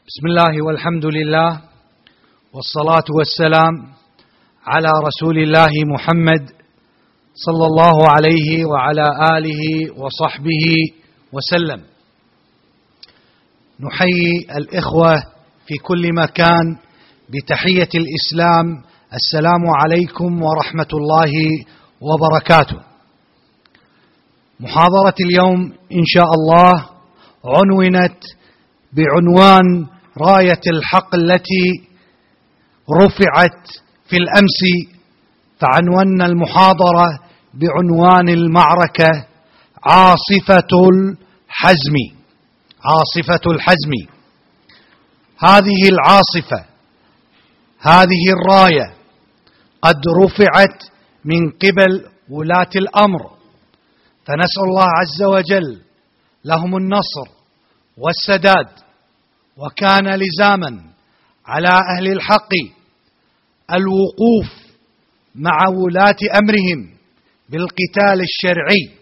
بسم الله والحمد لله والصلاة والسلام على رسول الله محمد صلى الله عليه وعلى آله وصحبه وسلم. نحيي الإخوة في كل مكان بتحية الإسلام: السلام عليكم ورحمة الله وبركاته. محاضرة اليوم إن شاء الله عنونت بعنوان راية الحق التي رفعت في الأمس، فعنونا المحاضرة بعنوان المعركة: عاصفة الحزم. عاصفة الحزم، هذه العاصفة، هذه الراية قد رفعت من قبل ولاة الأمر، فنسأل الله عز وجل لهم النصر والسداد. وكان لزاما على أهل الحق الوقوف مع ولاة أمرهم بالقتال الشرعي،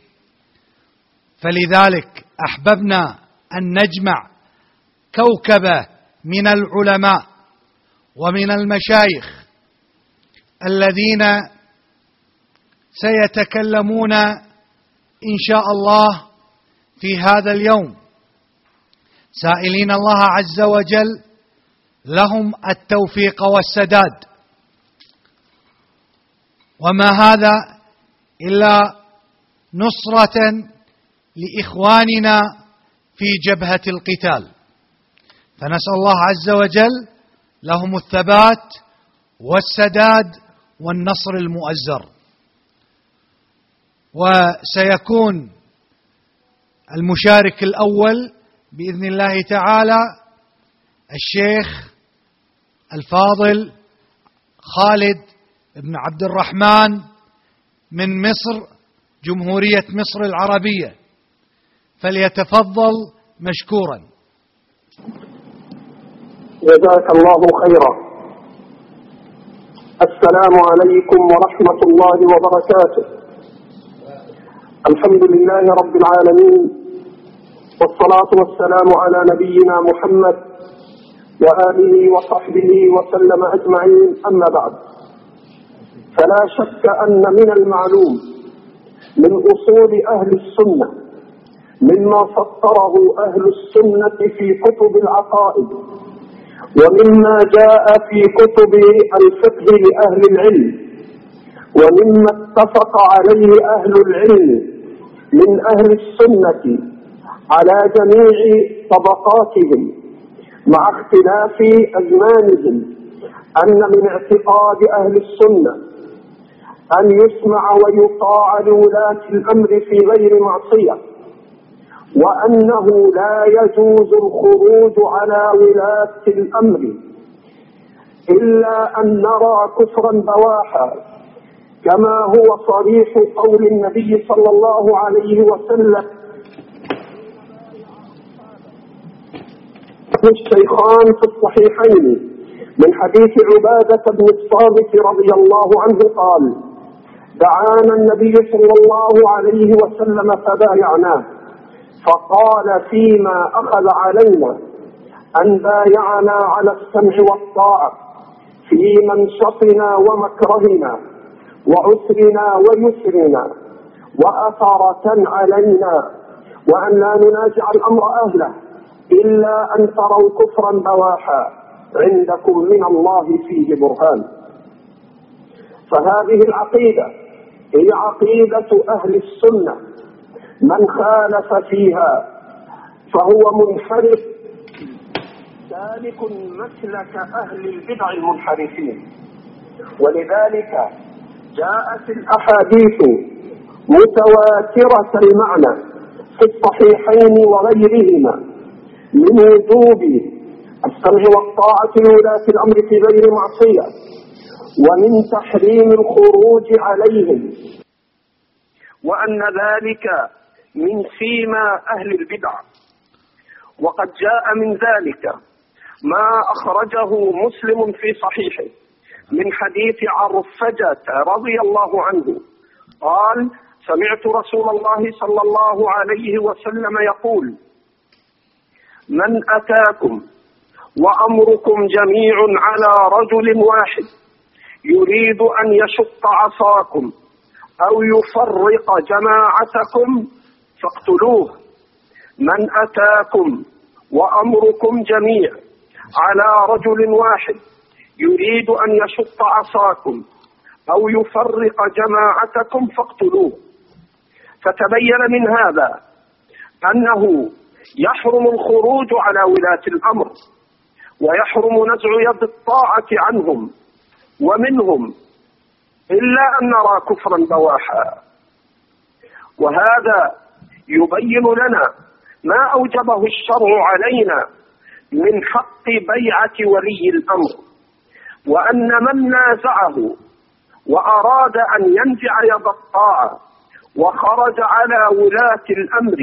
فلذلك أحببنا أن نجمع كوكبة من العلماء ومن المشايخ الذين سيتكلمون إن شاء الله في هذا اليوم، سائلين الله عز وجل لهم التوفيق والسداد. وما هذا إلا نصرة لإخواننا في جبهة القتال، فنسأل الله عز وجل لهم الثبات والسداد والنصر المؤزر. وسيكون المشارك الأول بإذن الله تعالى الشيخ الفاضل خالد بن عبد الرحمن من مصر، جمهورية مصر العربية، فليتفضل مشكورا. جزاك الله خيرا. السلام عليكم ورحمة الله وبركاته. الحمد لله رب العالمين، والصلاة والسلام على نبينا محمد وآله وصحبه وسلم أجمعين، أما بعد، فلا شك أن من المعلوم من أصول أهل السنة مما سطره أهل السنة في كتب العقائد ومما جاء في كتب الفقه لأهل العلم ومما اتفق عليه أهل العلم من أهل السنة على جميع طبقاتهم مع اختلاف أزمانهم، أن من اعتقاد أهل السنة أن يسمع ويطاع لولاة الأمر في غير معصية، وأنه لا يجوز الخروج على ولاة الأمر إلا أن نرى كفرا بواحا، كما هو صريح قول النبي صلى الله عليه وسلم الشيخان في الصحيحين من حديث عبادة بن الصامت رضي الله عنه قال: دعانا النبي صلى الله عليه وسلم فبايعناه، فقال: فيما أخذ علينا أن بايعنا على السمع والطاعة في منشطنا ومكرهنا وعسرنا ويسرنا وأثرة علينا، وأن لا ننازع الأمر أهله إلا أن تروا كفرا بواحا عندكم من الله فيه برهان. فهذه العقيدة هي عقيدة أهل السنة، من خالف فيها فهو منحرف سالك مسلك أهل البدع المنحرفين. ولذلك جاءت الأحاديث متواترة المعنى في الصحيحين وغيرهما من وجوب السمع والطاعة لولاة الأمر في غير معصية، ومن تحريم الخروج عليهم، وأن ذلك من سيما أهل البدع. وقد جاء من ذلك ما أخرجه مسلم في صحيحه من حديث عرفجة رضي الله عنه قال: سمعت رسول الله صلى الله عليه وسلم يقول: من أتاكم وأمركم جميع على رجل واحد يريد أن يشق عصاكم أو يفرق جماعتكم فاقتلوه. من أتاكم وأمركم جميع على رجل واحد يريد أن يشق عصاكم أو يفرق جماعتكم فاقتلوه. فتبين من هذا أنه يحرم الخروج على ولاة الأمر، ويحرم نزع يد الطاعة عنهم ومنهم إلا أن نرى كفرا بواحا. وهذا يبين لنا ما أوجبه الشرع علينا من حق بيعة ولي الأمر، وأن من نازعه وأراد أن ينزع يد الطاعة وخرج على ولاة الأمر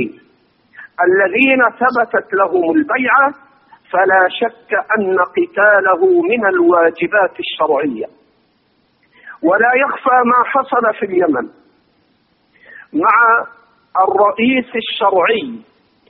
الذين ثبتت لهم البيعة فلا شك أن قتاله من الواجبات الشرعية. ولا يخفى ما حصل في اليمن مع الرئيس الشرعي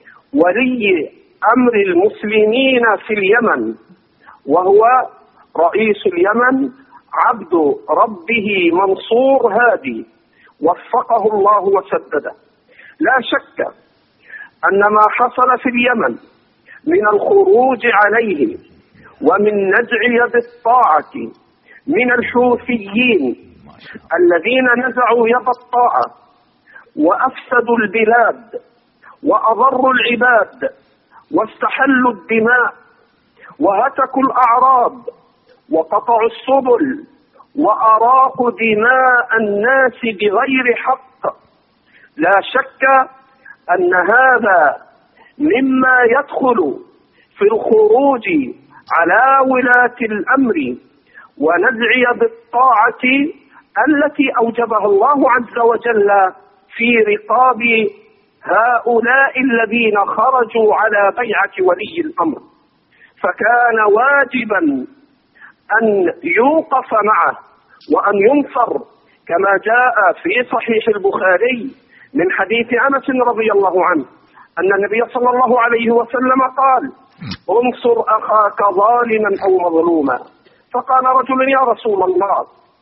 ولي أمر المسلمين في اليمن، وهو رئيس اليمن عبد ربه منصور هادي وفقه الله وسدده. لا شك أن ما حصل في اليمن من الخروج عليه ومن نزع يد الطاعة من الحوثيين الذين نزعوا يد الطاعة وأفسدوا البلاد وأضروا العباد واستحلوا الدماء وهتكوا الأعراض وقطعوا السبل وأراقوا دماء الناس بغير حق، لا شك أن هذا مما يدخل في الخروج على ولاة الأمر ونزع يد الطاعة التي أوجبها الله عز وجل في رقاب هؤلاء الذين خرجوا على بيعة ولي الأمر. فكان واجبا أن يوقف معه وأن ينصر، كما جاء في صحيح البخاري من حديث أنس رضي الله عنه أن النبي صلى الله عليه وسلم قال: انصر أخاك ظالما أو مظلوما. فقال رجل: يا رسول الله،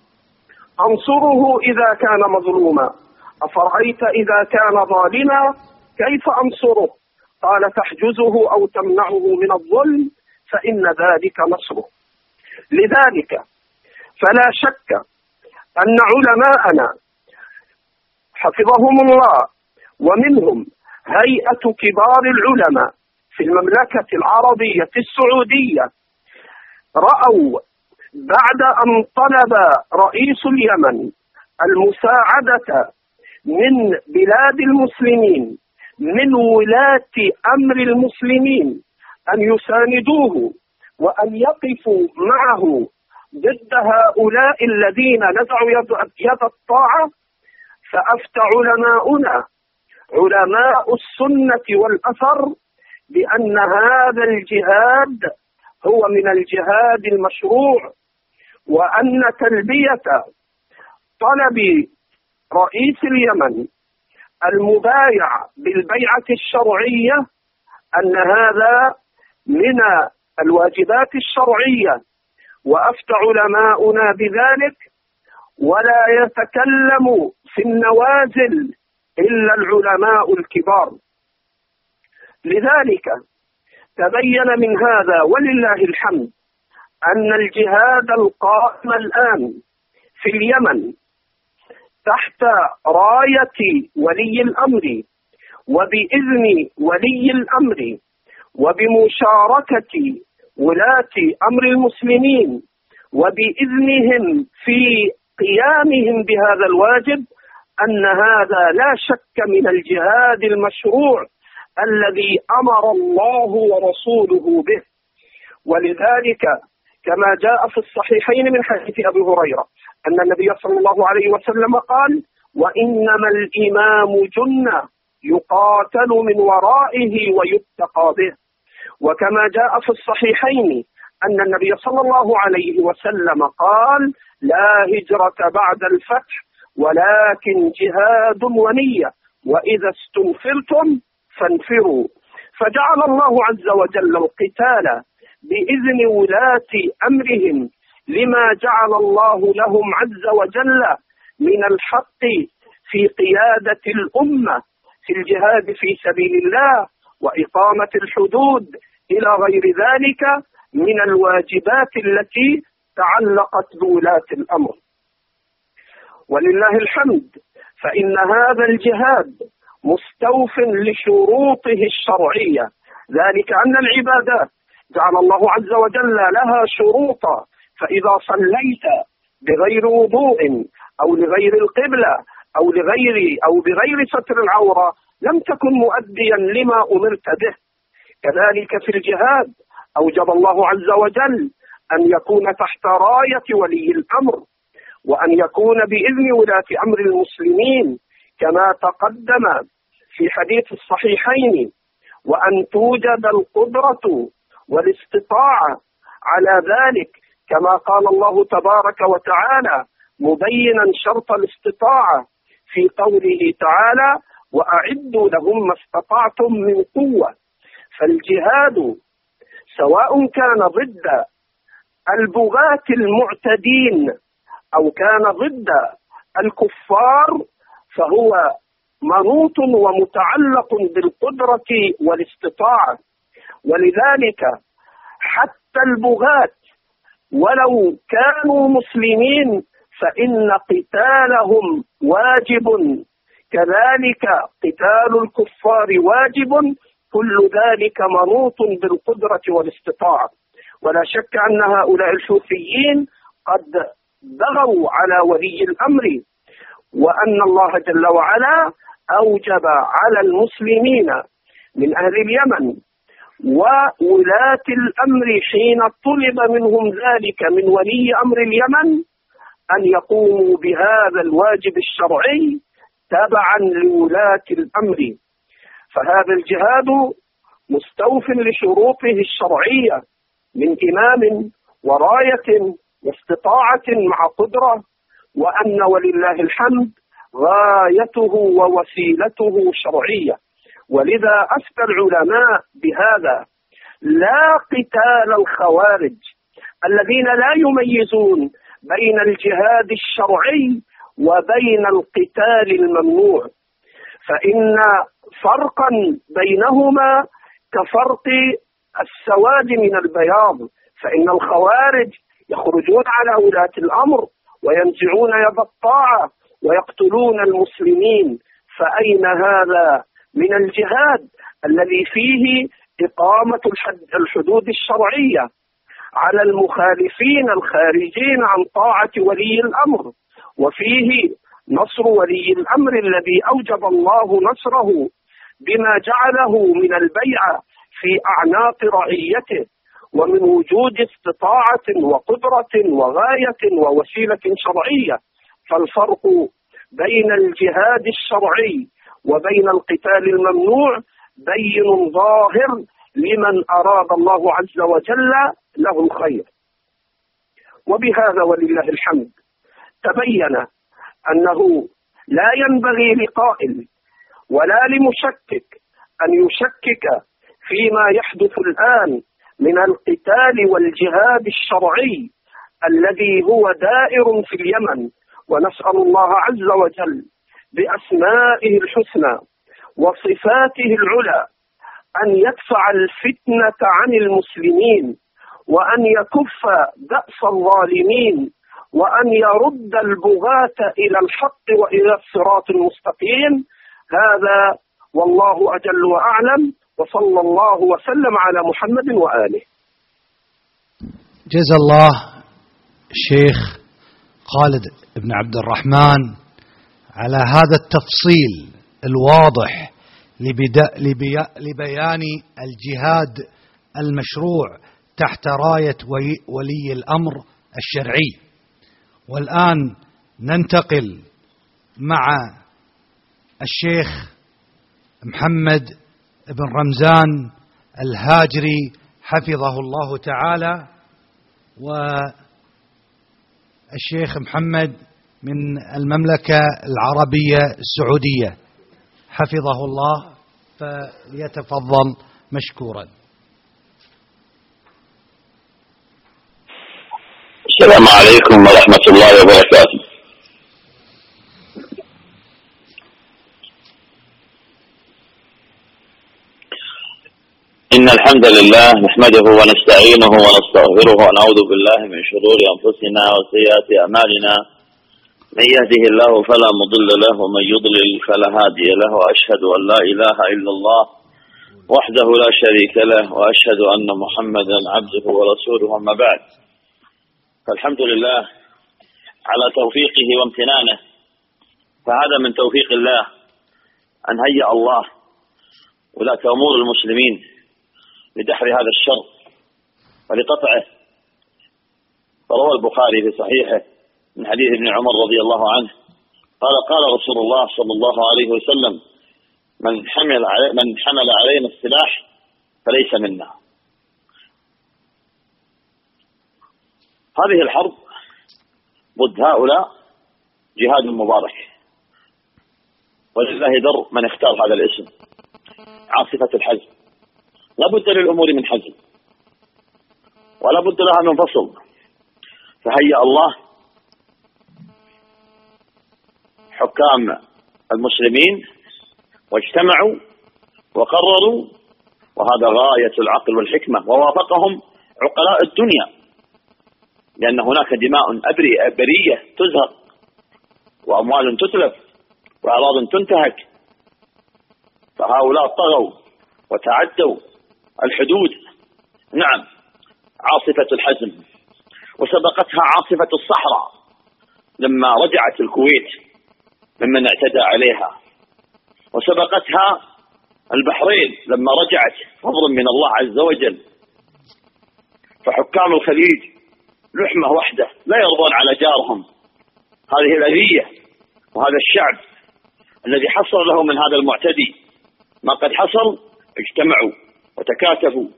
أنصره إذا كان مظلوما، أفرأيت إذا كان ظالما كيف أنصره؟ قال: تحجزه أو تمنعه من الظلم فإن ذلك نصره. لذلك فلا شك أن علماءنا حفظهم الله ومنهم هيئة كبار العلماء في المملكة العربية السعودية رأوا بعد أن طلب رئيس اليمن المساعدة من بلاد المسلمين من ولاة أمر المسلمين أن يساندوه وأن يقفوا معه ضد هؤلاء الذين نزعوا يد الطاعة، فأفتى علماؤنا علماء السنة والأثر بأن هذا الجهاد هو من الجهاد المشروع، وأن تلبية طلب رئيس اليمن المبايع بالبيعة الشرعية أن هذا من الواجبات الشرعية، وأفتى علماؤنا بذلك، ولا يتكلم في النوازل إلا العلماء الكبار. لذلك تبين من هذا ولله الحمد أن الجهاد القائم الآن في اليمن تحت راية ولي الأمر وبإذن ولي الأمر وبمشاركة ولاة أمر المسلمين وبإذنهم في قيامهم بهذا الواجب، أن هذا لا شك من الجهاد المشروع الذي أمر الله ورسوله به. ولذلك كما جاء في الصحيحين من حديث أبي هريرة أن النبي صلى الله عليه وسلم قال: وإنما الإمام جنة يقاتل من ورائه ويتقى به. وكما جاء في الصحيحين أن النبي صلى الله عليه وسلم قال: لا هجرة بعد الفتح ولكن جهاد ونية، وإذا استنفرتم فانفروا. فجعل الله عز وجل القتال بإذن ولاة أمرهم لما جعل الله لهم عز وجل من الحق في قيادة الأمة في الجهاد في سبيل الله وإقامة الحدود إلى غير ذلك من الواجبات التي تعلقت بولاة الأمر. ولله الحمد فإن هذا الجهاد مستوف لشروطه الشرعية، ذلك أن العبادات جعل الله عز وجل لها شروطا، فإذا صليت بغير وضوء أو لغير القبلة أو بغير ستر العورة لم تكن مؤديا لما أمرت به. كذلك في الجهاد أوجب الله عز وجل أن يكون تحت راية ولي الأمر، وأن يكون بإذن ولاة أمر المسلمين كما تقدم في حديث الصحيحين، وأن توجد القدرة والاستطاعة على ذلك كما قال الله تبارك وتعالى مبينا شرط الاستطاعة في قوله تعالى: وأعدوا لهم ما استطعتم من قوة. فالجهاد سواء كان ضد البغاة المعتدين أو كان ضد الكفار فهو منوط ومتعلق بالقدرة والاستطاعة. ولذلك حتى البغاة ولو كانوا مسلمين فإن قتالهم واجب، كذلك قتال الكفار واجب، كل ذلك منوط بالقدرة والاستطاعة. ولا شك أن هؤلاء الحوثيين قد بغوا على ولي الأمر، وأن الله جل وعلا أوجب على المسلمين من أهل اليمن وولاة الأمر حين طلب منهم ذلك من ولي أمر اليمن أن يقوموا بهذا الواجب الشرعي تبعا لولاة الأمر. فهذا الجهاد مستوف لشروطه الشرعية من إمام وراية واستطاعة مع قدرة، وأن ولله الحمد غايته ووسيلته شرعية. ولذا أفتى العلماء بهذا: لا قتال الخوارج الذين لا يميزون بين الجهاد الشرعي وبين القتال الممنوع، فإن فرقا بينهما كفرق السواد من البياض. فإن الخوارج يخرجون على ولاة الأمر وينزعون يد الطاعة ويقتلون المسلمين، فأين هذا من الجهاد الذي فيه إقامة الحدود الشرعية على المخالفين الخارجين عن طاعة ولي الأمر، وفيه نصر ولي الأمر الذي أوجب الله نصره بما جعله من البيعة في أعناق رعيته، ومن وجود استطاعة وقدرة وغاية ووسيلة شرعية. فالفرق بين الجهاد الشرعي وبين القتال الممنوع بين ظاهر لمن أراد الله عز وجل له الخير. وبهذا ولله الحمد تبين أنه لا ينبغي لقائل ولا لمشكك أن يشكك فيما يحدث الآن من القتال والجهاد الشرعي الذي هو دائر في اليمن. ونسأل الله عز وجل بأسمائه الحسنى وصفاته العلى أن يدفع الفتنة عن المسلمين، وأن يكف بأس الظالمين، وأن يرد البغاة إلى الحق وإلى الصراط المستقيم. هذا والله أجل وأعلم، وصلى الله وسلم على محمد وآله. جزا الله الشيخ خالد بن عبد الرحمن على هذا التفصيل الواضح لبيان الجهاد المشروع تحت راية ولي الأمر الشرعي. والآن ننتقل مع الشيخ محمد بن رمزان الهاجري حفظه الله تعالى، والشيخ محمد من المملكة العربية السعودية حفظه الله، فليتفضل مشكورا. السلام عليكم ورحمة الله وبركاته. إن الحمد لله نحمده ونستعينه ونستغفره ونعوذ بالله من شرور أنفسنا وسيئات أعمالنا، من يهده الله فلا مضل له ومن يضلل فلا هادي له، وأشهد أن لا إله إلا الله وحده لا شريك له، وأشهد أن محمدا عبده ورسوله. أما بعد، فالحمد لله على توفيقه وامتنانه، فهذا من توفيق الله أن هيأ الله ولاة أمور المسلمين لدحر هذا الشر ولقطعه. فروى البخاري في صحيحه من حديث ابن عمر رضي الله عنه قال رسول الله صلى الله عليه وسلم: من حمل علينا السلاح فليس منا. هذه الحرب ضد هؤلاء جهاد مبارك، ولله در من اختار هذا الاسم، عاصفة الحزم. لا بد للأمور من حزم ولا بد لها من فصل، فهيأ الله حكام المسلمين واجتمعوا وقرروا، وهذا غاية العقل والحكمة، ووافقهم عقلاء الدنيا، لأن هناك دماء برية تزهق، وأموال تتلف، وأراض تنتهك، فهؤلاء طغوا وتعدوا الحدود. نعم، عاصفة الحزم، وسبقتها عاصفة الصحراء لما رجعت الكويت ممن اعتدى عليها، وسبقتها البحرين لما رجعت فضل من الله عز وجل. فحكام الخليج لحمة واحدة، لا يرضون على جارهم. هذه الأذية وهذا الشعب الذي حصل له من هذا المعتدي ما قد حصل، اجتمعوا وتكاتفوا،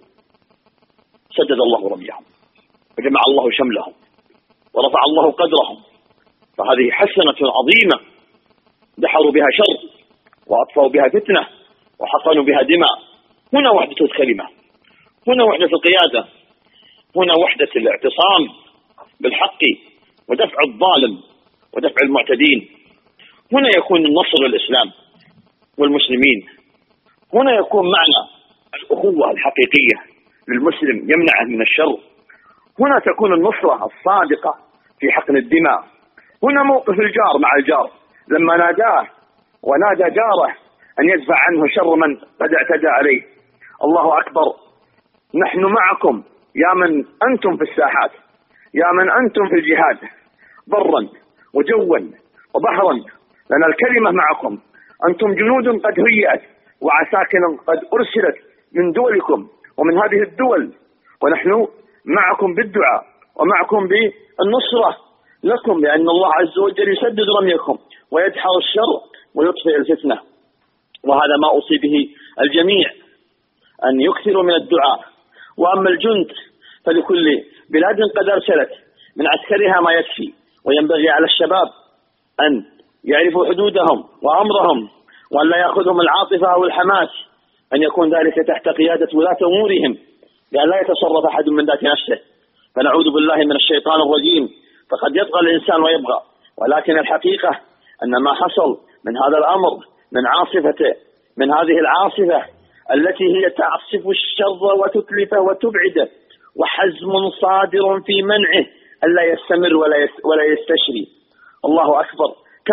سدد الله رميهم وجمع الله شملهم ورفع الله قدرهم. فهذه حسنة عظيمة دحروا بها شر وأطفوا بها فتنة وحقنوا بها دماء. هنا وحدة الكلمة، هنا وحدة القيادة، هنا وحدة الاعتصام بالحق ودفع الظالم ودفع المعتدين. هنا يكون النصر للإسلام والمسلمين، هنا يكون معنى الأخوة الحقيقية للمسلم يمنعه من الشر، هنا تكون النصرة الصادقة في حقن الدماء. هنا موقف الجار مع الجار لما ناداه ونادى جاره أن يدفع عنه شر من قد اعتدى عليه. الله أكبر، نحن معكم يا من أنتم في الساحات، يا من أنتم في الجهاد برا وجوا وبحرا، لنا الكلمة معكم. أنتم جنود قد هيئت وعساكر قد أرسلت من دولكم ومن هذه الدول، ونحن معكم بالدعاء ومعكم بالنصرة لكم، لأن الله عز وجل يسدد رميكم ويدحر الشر ويطفئ الفتنة. وهذا ما أوصي به الجميع، أن يكثروا من الدعاء. وأما الجند فلكل بلاد قد أرسلت من عسكرها ما يكفي، وينبغي على الشباب أن يعرفوا حدودهم وأمرهم، وأن لا يأخذهم العاطفة أو الحماس، أن يكون ذلك تحت قيادة ولاة أمورهم، لأن لا يتصرف أحد من ذات نفسه. فنعوذ بالله من الشيطان الرجيم، فقد يطغى الإنسان ويبغى، ولكن الحقيقة أن ما حصل من هذا الأمر من عاصفته، من هذه العاصفة التي هي تعصف الشر وتتلفه وتبعده، وحزم صادر في منعه ألا يستمر ولا يستشري. الله أكبر،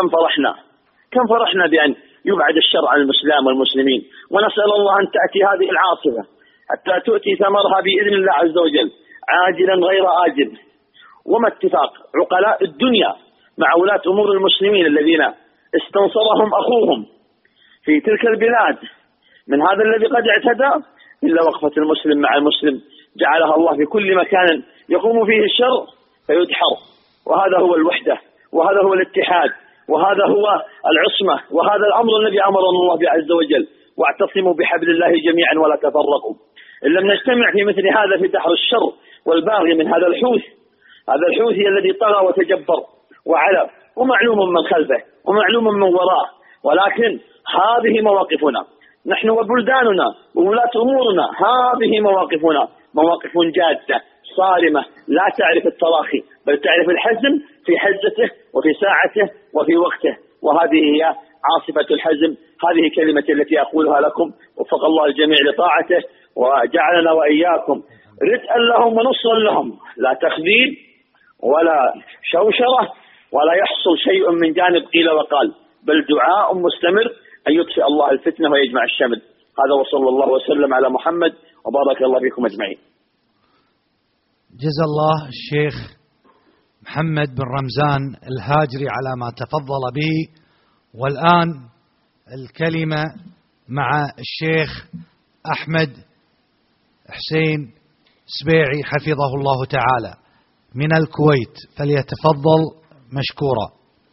كم فرحنا بأن يبعد الشر عن الإسلام والمسلمين، ونسأل الله أن تأتي هذه العاصفة حتى تؤتي ثمرها بإذن الله عز وجل عاجلا غير آجل. وما اتفاق عقلاء الدنيا مع ولاة أمور المسلمين الذين استنصرهم أخوهم في تلك البلاد من هذا الذي قد اعتدى، إلا وقفة المسلم مع المسلم جعلها الله في كل مكان يقوم فيه الشر فيدحر. وهذا هو الوحدة، وهذا هو الاتحاد، وهذا هو العصمة، وهذا الأمر الذي أمرنا الله به عز وجل: واعتصموا بحبل الله جميعا ولا تفرقوا. إن لم نجتمع في مثل هذا في دحر الشر والباغي من هذا الحوثي الذي طغى وتجبر وعلى، ومعلوم من خلفه ومعلوم من وراءه، ولكن هذه مواقفنا نحن وبلداننا وولاة أمورنا، هذه مواقفنا مواقف جادة صارمة لا تعرف التراخي، بل تعرف الحزم في حزته وفي ساعته وفي وقته، وهذه هي عاصفة الحزم. هذه كلمة التي أقولها لكم، وفق الله الجميع لطاعته وجعلنا وإياكم ردءا لهم ونصرا لهم، لا تخذيل ولا شوشرة ولا يحصل شيء من جانب قيل وقال، بل دعاء مستمر أن يطفئ الله الفتنة ويجمع الشمل. هذا وصلى الله وسلم على محمد وبارك الله فيكم أجمعين. جزا الله الشيخ محمد بن رمزان الهاجري على ما تفضل به. والآن الكلمة مع الشيخ أحمد حسين سبيعي حفظه الله تعالى من الكويت، فليتفضل مشكورا.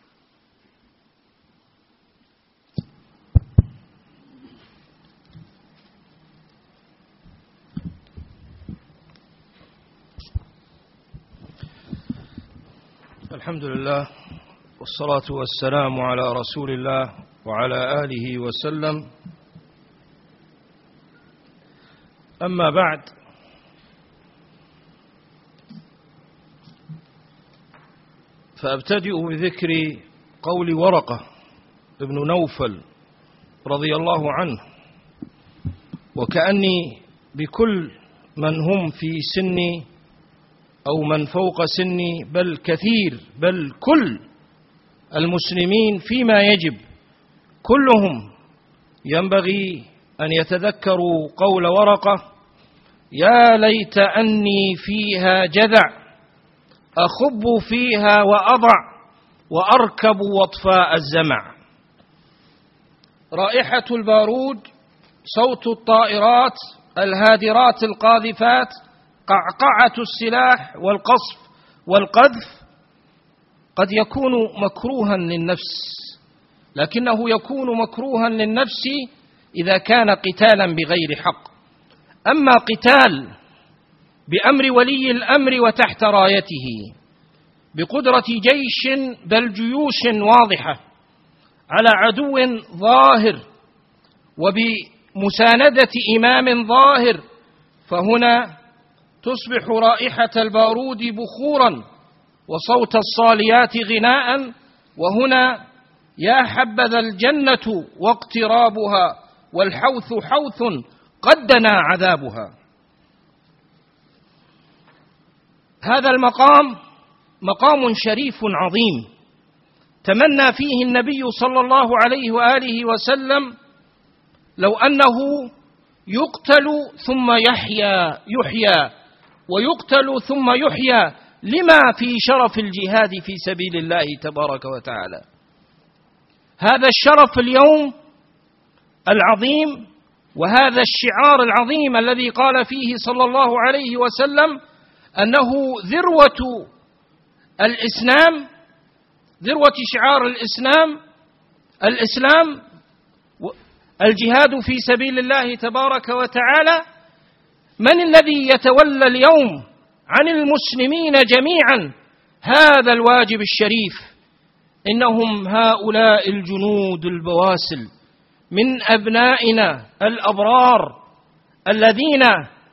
الحمد لله والصلاة والسلام على رسول الله وعلى آله وسلم. أما بعد، فأبتدئ بذكر قول ورقة ابن نوفل رضي الله عنه، وكأني بكل من هم في سني أو من فوق سني، بل كثير، بل كل المسلمين فيما يجب كلهم ينبغي أن يتذكروا قول ورقة: يا ليت أني فيها جذع أخب فيها وأضع وأركب وطفاء الزمع. رائحة البارود، صوت الطائرات الهادرات القاذفات، قعقعة السلاح والقصف والقذف قد يكون مكروها للنفس، لكنه يكون مكروها للنفس إذا كان قتالا بغير حق. أما قتال بأمر ولي الأمر وتحت رايته بقدرة جيش بل جيوش واضحة على عدو ظاهر وبمساندة إمام ظاهر، فهنا تصبح رائحة البارود بخورا وصوت الصاليات غناء، وهنا يا حبذا الجنة واقترابها والحوث حوث قد دنا عذابها. هذا المقام مقام شريف عظيم تمنى فيه النبي صلى الله عليه وآله وسلم لو أنه يقتل ثم يحيى ويقتل ثم يحيى، لما في شرف الجهاد في سبيل الله تبارك وتعالى. هذا الشرف اليوم العظيم وهذا الشعار العظيم الذي قال فيه صلى الله عليه وسلم أنه ذروة الإسلام، ذروة شعار الإسلام الجهاد في سبيل الله تبارك وتعالى. من الذي يتولى اليوم عن المسلمين جميعا هذا الواجب الشريف؟ إنهم هؤلاء الجنود البواسل من أبنائنا الأبرار الذين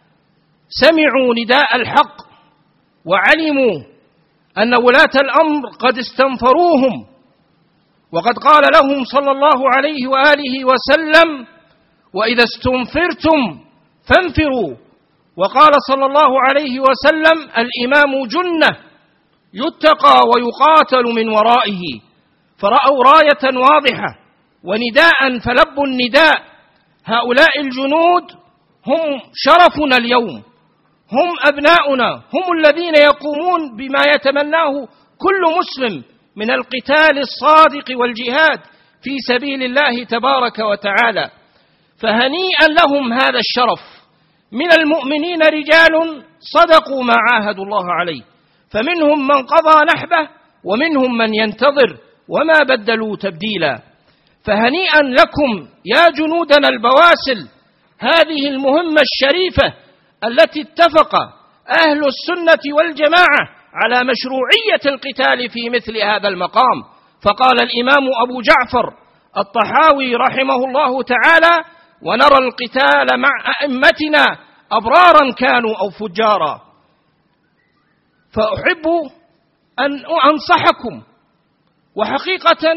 سمعوا نداء الحق وعلموا أن ولاة الأمر قد استنفروهم، وقد قال لهم صلى الله عليه وآله وسلم: وإذا استنفرتم فانفروا. وقال صلى الله عليه وسلم: الإمام جنة يتقى ويقاتل من ورائه. فرأوا راية واضحة ونداء فلبوا النداء. هؤلاء الجنود هم شرفنا اليوم، هم أبناؤنا، هم الذين يقومون بما يتمناه كل مسلم من القتال الصادق والجهاد في سبيل الله تبارك وتعالى. فهنيئا لهم هذا الشرف. من المؤمنين رجال صدقوا ما عاهدوا الله عليه، فمنهم من قضى نحبه ومنهم من ينتظر وما بدلوا تبديلا. فهنيئا لكم يا جنودنا البواسل، هذه المهمة الشريفة التي اتفق أهل السنة والجماعة على مشروعية القتال في مثل هذا المقام. فقال الإمام أبو جعفر الطحاوي رحمه الله تعالى: ونرى القتال مع أئمتنا أبرارا كانوا أو فجارا. فأحب أن أنصحكم، وحقيقة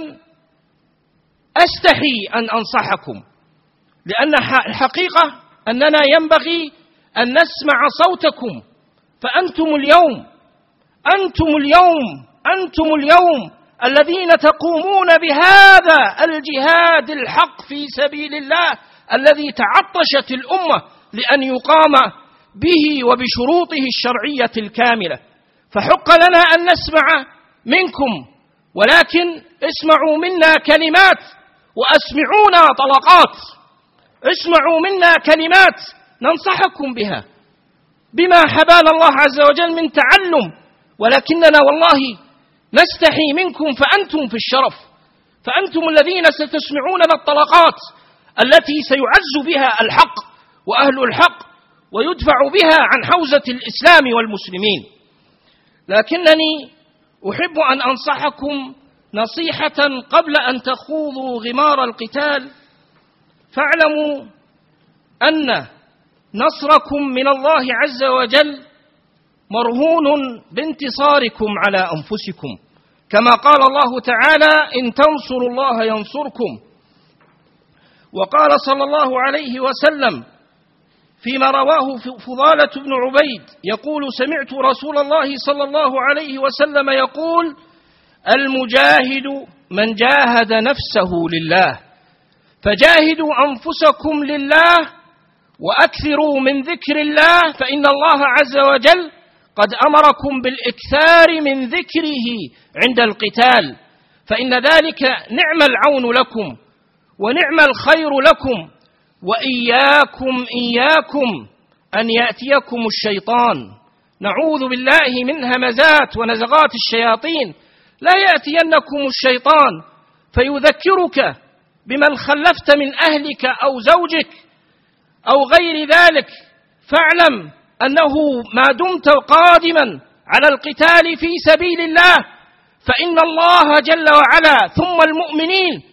أستحي أن أنصحكم، لأن الحقيقة أننا ينبغي أن نسمع صوتكم، فأنتم اليوم الذين تقومون بهذا الجهاد الحق في سبيل الله الذي تعطشت الأمة لأن يقام به وبشروطه الشرعية الكاملة. فحق لنا أن نسمع منكم، ولكن اسمعوا منا كلمات وأسمعونا طلقات. اسمعوا منا كلمات ننصحكم بها بما حبانا الله عز وجل من تعلم، ولكننا والله نستحي منكم، فأنتم في الشرف، فأنتم الذين ستسمعون الطلقات التي سيعز بها الحق وأهل الحق ويدفع بها عن حوزة الإسلام والمسلمين. لكنني أحب أن أنصحكم نصيحة قبل أن تخوضوا غمار القتال. فاعلموا أن نصركم من الله عز وجل مرهون بانتصاركم على أنفسكم، كما قال الله تعالى: إن تنصروا الله ينصركم. وقال صلى الله عليه وسلم فيما رواه فضالة بن عبيد يقول: سمعت رسول الله صلى الله عليه وسلم يقول: المجاهد من جاهد نفسه لله، فجاهدوا أنفسكم لله وأكثروا من ذكر الله، فإن الله عز وجل قد أمركم بالإكثار من ذكره عند القتال، فإن ذلك نعم العون لكم ونعم الخير لكم. وإياكم أن يأتيكم الشيطان، نعوذ بالله من همزات ونزغات الشياطين، لا يأتينكم الشيطان فيذكرك بمن خلفت من أهلك أو زوجك أو غير ذلك. فاعلم أنه ما دمت قادما على القتال في سبيل الله فإن الله جل وعلا ثم المؤمنين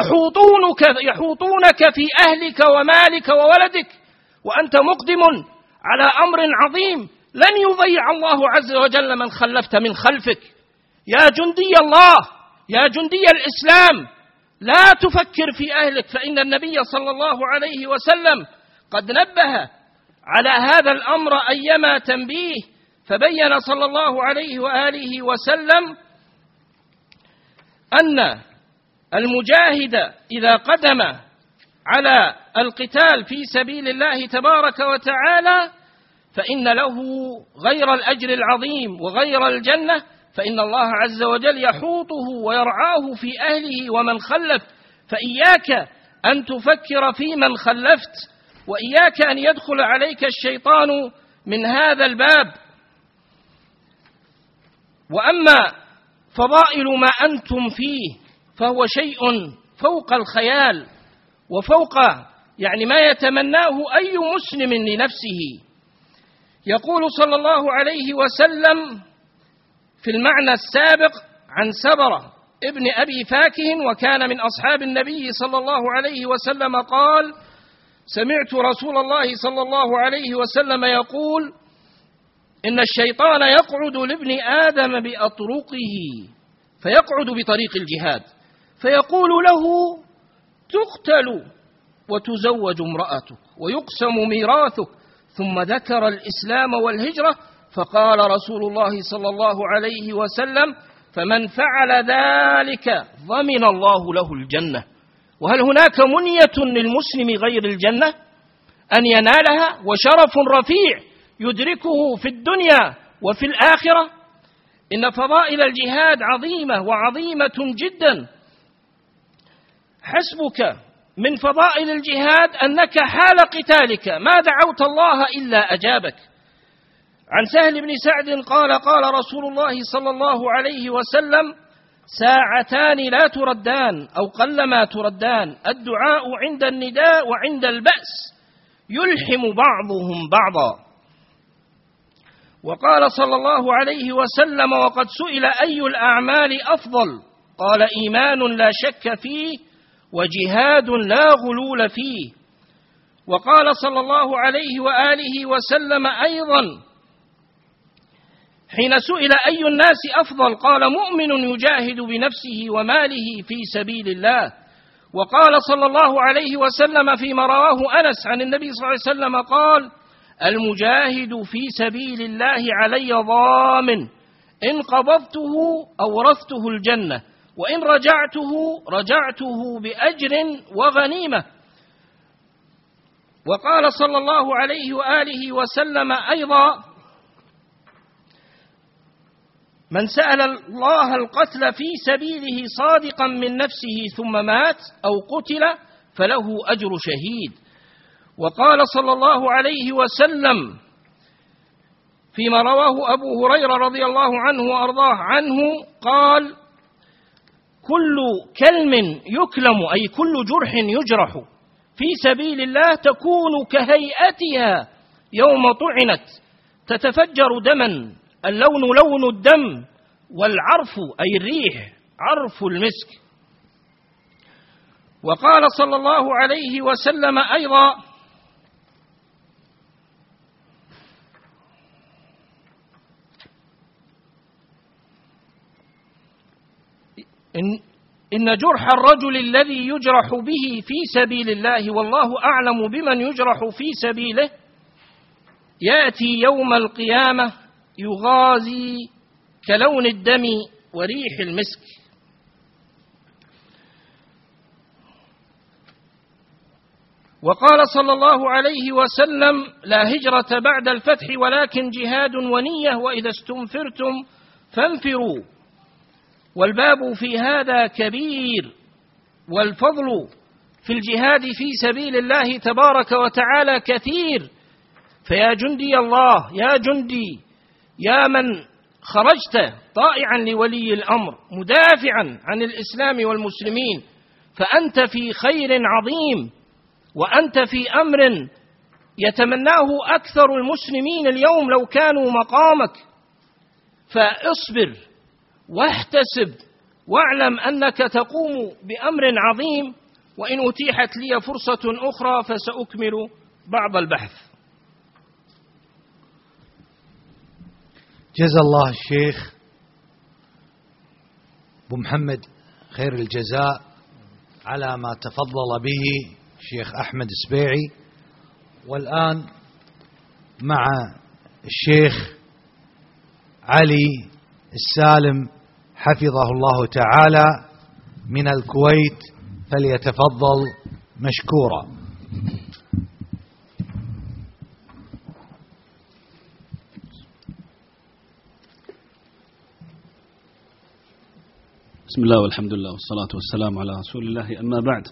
يحوطونك في أهلك ومالك وولدك، وأنت مقدم على أمر عظيم لن يضيع الله عز وجل من خلفت من خلفك. يا جندي الله، يا جندي الإسلام، لا تفكر في أهلك، فإن النبي صلى الله عليه وسلم قد نبه على هذا الأمر أيما تنبيه، فبين صلى الله عليه وآله وسلم أن المجاهد إذا قدم على القتال في سبيل الله تبارك وتعالى فإن له غير الأجر العظيم وغير الجنة، فإن الله عز وجل يحوطه ويرعاه في أهله ومن خلف. فإياك أن تفكر في من خلفت، وإياك أن يدخل عليك الشيطان من هذا الباب. وأما فضائل ما أنتم فيه فهو شيء فوق الخيال وفوق ما يتمناه أي مسلم لنفسه. يقول صلى الله عليه وسلم في المعنى السابق عن سبرة ابن أبي فاكه، وكان من أصحاب النبي صلى الله عليه وسلم، قال: سمعت رسول الله صلى الله عليه وسلم يقول: إن الشيطان يقعد لابن آدم بأطرقه، فيقعد بطريق الجهاد فيقول له: تقتل وتزوج امرأتك ويقسم ميراثك، ثم ذكر الإسلام والهجرة، فقال رسول الله صلى الله عليه وسلم: فمن فعل ذلك ضمن الله له الجنة. وهل هناك منية للمسلم غير الجنة أن ينالها وشرف رفيع يدركه في الدنيا وفي الآخرة؟ إن فضائل الجهاد عظيمة وعظيمة جدا. حسبك من فضائل الجهاد أنك حال قتالك ما دعوت الله إلا أجابك. عن سهل بن سعد قال: قال رسول الله صلى الله عليه وسلم: ساعتان لا تردان أو قلما تردان، الدعاء عند النداء وعند البأس، يلحم بعضهم بعضا. وقال صلى الله عليه وسلم: وقد سئل أي الأعمال أفضل؟ قال: إيمان لا شك فيه، وجهاد لا غلول فيه. وقال صلى الله عليه وآله وسلم أيضا حين سئل أي الناس أفضل قال مؤمن يجاهد بنفسه وماله في سبيل الله. وقال صلى الله عليه وسلم فيما رواه أنس عن النبي صلى الله عليه وسلم قال المجاهد في سبيل الله علي ضامن إن قبضته أورثته الجنة وإن رجعته بأجر وغنيمة. وقال صلى الله عليه وآله وسلم أيضا من سأل الله القتل في سبيله صادقا من نفسه ثم مات أو قتل فله أجر شهيد. وقال صلى الله عليه وسلم فيما رواه أبو هريرة رضي الله عنه وأرضاه عنه قال كل كلم يكلم أي كل جرح يجرح في سبيل الله تكون كهيئتها يوم طعنت تتفجر دما اللون لون الدم والعرف أي الريح عرف المسك. وقال صلى الله عليه وسلم أيضا إن جرح الرجل الذي يجرح به في سبيل الله والله أعلم بمن يجرح في سبيله يأتي يوم القيامة يغازي كلون الدم وريح المسك. وقال صلى الله عليه وسلم لا هجرة بعد الفتح ولكن جهاد ونية وإذا استنفرتم فانفروا. والباب في هذا كبير والفضل في الجهاد في سبيل الله تبارك وتعالى كثير. فيا جندي الله يا جندي يا من خرجت طائعا لولي الأمر مدافعا عن الإسلام والمسلمين فأنت في خير عظيم وأنت في أمر يتمناه أكثر المسلمين اليوم لو كانوا مقامك. فاصبر واحتسب واعلم أنك تقوم بأمر عظيم. وإن أتيحت لي فرصة أخرى فسأكمل بعض البحث. جزا الله الشيخ أبو محمد خير الجزاء على ما تفضل به الشيخ أحمد السبيعي. والآن مع الشيخ علي السالم حفظه الله تعالى من الكويت فليتفضل مشكورا. بسم الله والحمد لله والصلاة والسلام على رسول الله. أما بعد،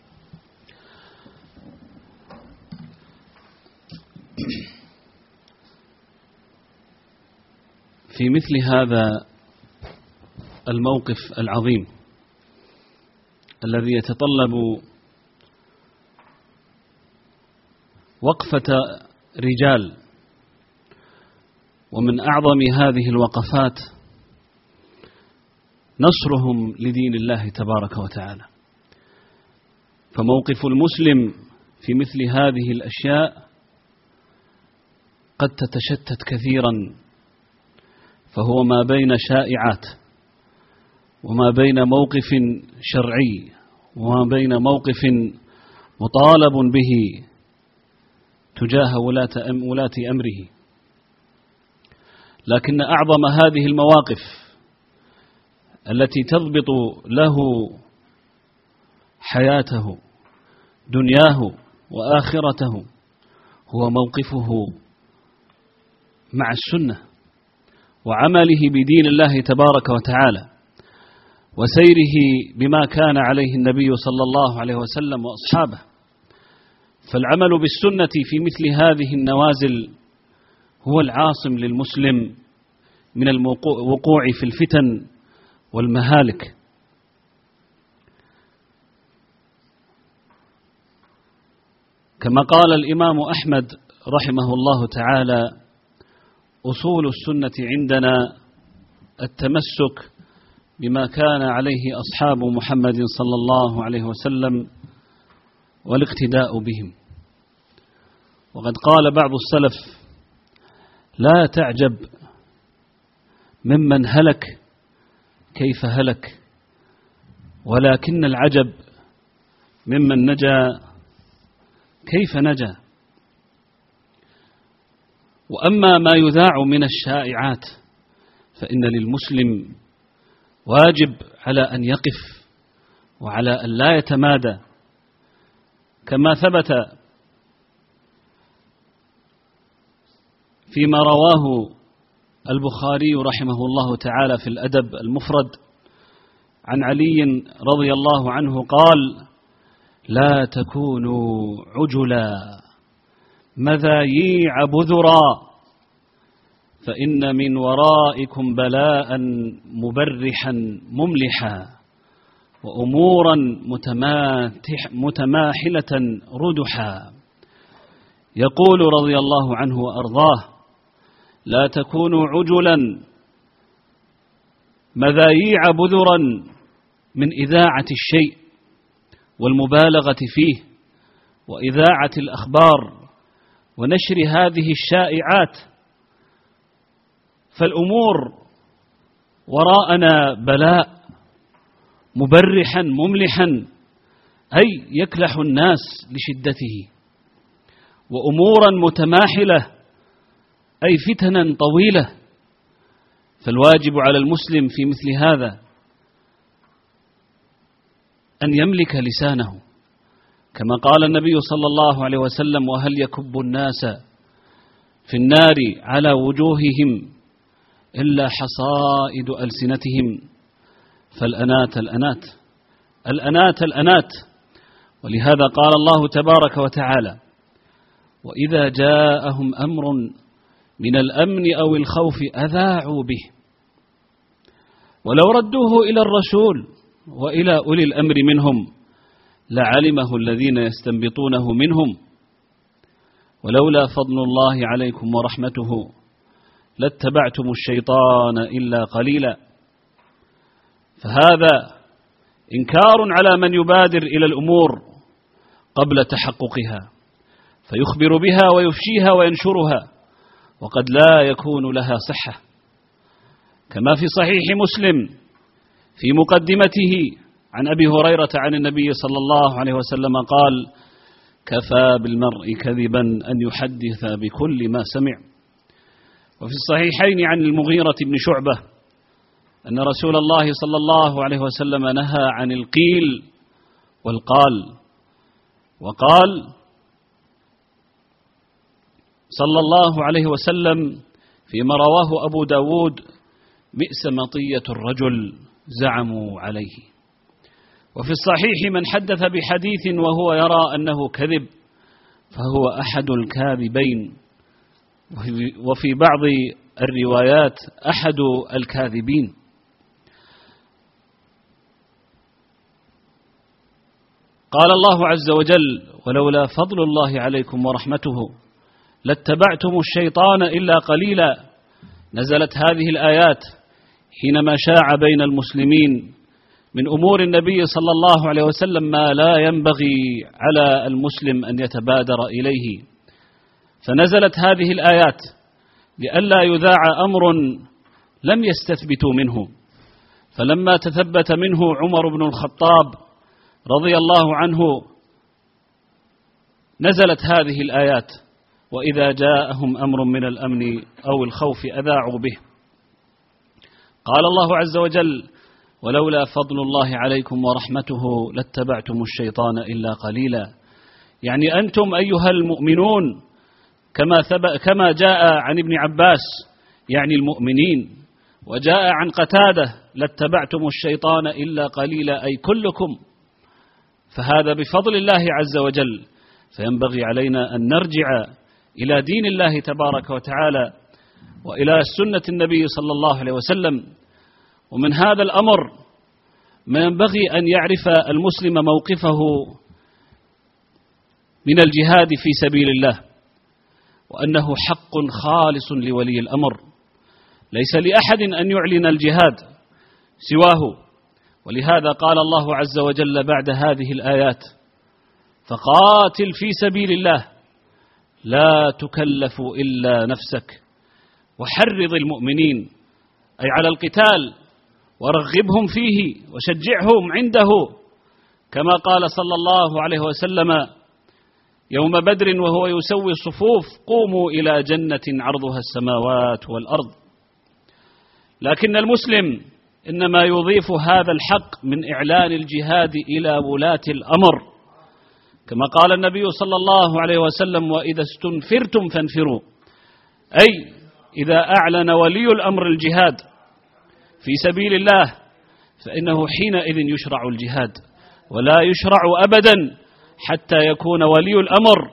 في مثل هذا الموقف العظيم الذي يتطلب وقفة رجال، ومن أعظم هذه الوقفات نصرهم لدين الله تبارك وتعالى. فموقف المسلم في مثل هذه الأشياء قد تتشتت كثيرا، فهو ما بين شائعات وما بين موقف شرعي وما بين موقف مطالب به تجاه ولاة أمره. لكن أعظم هذه المواقف التي تضبط له حياته دنياه وآخرته هو موقفه مع السنة وعمله بدين الله تبارك وتعالى وسيره بما كان عليه النبي صلى الله عليه وسلم وأصحابه. فالعمل بالسنة في مثل هذه النوازل هو العاصم للمسلم من الوقوع في الفتن والمهالك. كما قال الإمام أحمد رحمه الله تعالى: أصول السنة عندنا التمسك بما كان عليه أصحاب محمد صلى الله عليه وسلم والاقتداء بهم. وقد قال بعض السلف: لا تعجب ممن هلك كيف هلك، ولكن العجب ممن نجا كيف نجا. وأما ما يذاع من الشائعات فإن للمسلم واجب على أن يقف وعلى أن لا يتمادى، كما ثبت فيما رواه البخاري رحمه الله تعالى في الأدب المفرد عن علي رضي الله عنه قال: لا تكونوا عجلا مذاييع بذرا، فإن من ورائكم بلاء مبرحا مملحا، وأمورا متماحلة ردحا. يقول رضي الله عنه وأرضاه: لا تكونوا عجلا مذاييع بذرا من إذاعة الشيء والمبالغة فيه وإذاعة الأخبار ونشر هذه الشائعات، فالأمور وراءنا بلاء مبرحا مملحا، أي يكلح الناس لشدته، وأمورا متماحلة أي فتنا طويلة. فالواجب على المسلم في مثل هذا أن يملك لسانه، كما قال النبي صلى الله عليه وسلم: وهل يكب الناس في النار على وجوههم إلا حصائد ألسنتهم. فالأنات الأنات الأنات الأنات. ولهذا قال الله تبارك وتعالى: وإذا جاءهم أمر من الأمن أو الخوف أذاعوا به ولو ردوه إلى الرسول وإلى أولي الأمر منهم لعلمه الذين يستنبطونه منهم ولولا فضل الله عليكم ورحمته لاتبعتم الشيطان إلا قليلا. فهذا إنكار على من يبادر إلى الأمور قبل تحققها فيخبر بها ويفشيها وينشرها وقد لا يكون لها صحة. كما في صحيح مسلم في مقدمته عن أبي هريرة عن النبي صلى الله عليه وسلم قال: كفى بالمرء كذبا أن يحدث بكل ما سمع. وفي الصحيحين عن المغيرة بن شعبة أن رسول الله صلى الله عليه وسلم نهى عن القيل والقال، وقال صلى الله عليه وسلم فيما رواه أبو داود: بئس مطية الرجل زعموا عليه. وفي الصحيح من حدث بحديث وهو يرى أنه كذب فهو أحد الكاذبين، وفي بعض الروايات أحد الكاذبين. قال الله عز وجل: ولولا فضل الله عليكم ورحمته لاتبعتم الشيطان إلا قليلا. نزلت هذه الآيات حينما شاع بين المسلمين من أمور النبي صلى الله عليه وسلم ما لا ينبغي على المسلم أن يتبادر إليه، فنزلت هذه الآيات لئلا يذاع أمر لم يستثبتوا منه. فلما تثبت منه عمر بن الخطاب رضي الله عنه نزلت هذه الآيات: وإذا جاءهم أمر من الأمن أو الخوف أذاعوا به. قال الله عز وجل: ولولا فضل الله عليكم ورحمته لاتبعتم الشيطان إلا قليلا. يعني أنتم أيها المؤمنون كما جاء عن ابن عباس يعني المؤمنين، وجاء عن قتادة: لاتبعتم الشيطان إلا قليلا، أي كلكم. فهذا بفضل الله عز وجل، فينبغي علينا أن نرجع إلى دين الله تبارك وتعالى وإلى سنة النبي صلى الله عليه وسلم. ومن هذا الأمر ما ينبغي أن يعرف المسلم موقفه من الجهاد في سبيل الله، وأنه حق خالص لولي الأمر، ليس لأحد أن يعلن الجهاد سواه. ولهذا قال الله عز وجل بعد هذه الآيات: فقاتل في سبيل الله لا تكلف إلا نفسك وحرض المؤمنين، أي على القتال، ورغبهم فيه وشجعهم عنده، كما قال صلى الله عليه وسلم يوم بدر وهو يسوي الصفوف: قوموا إلى جنة عرضها السماوات والأرض. لكن المسلم إنما يضيف هذا الحق من إعلان الجهاد إلى ولاة الأمر، كما قال النبي صلى الله عليه وسلم: وإذا استنفرتم فانفروا، أي إذا أعلن ولي الأمر الجهاد في سبيل الله فإنه حينئذ يشرع الجهاد، ولا يشرع أبدا حتى يكون ولي الأمر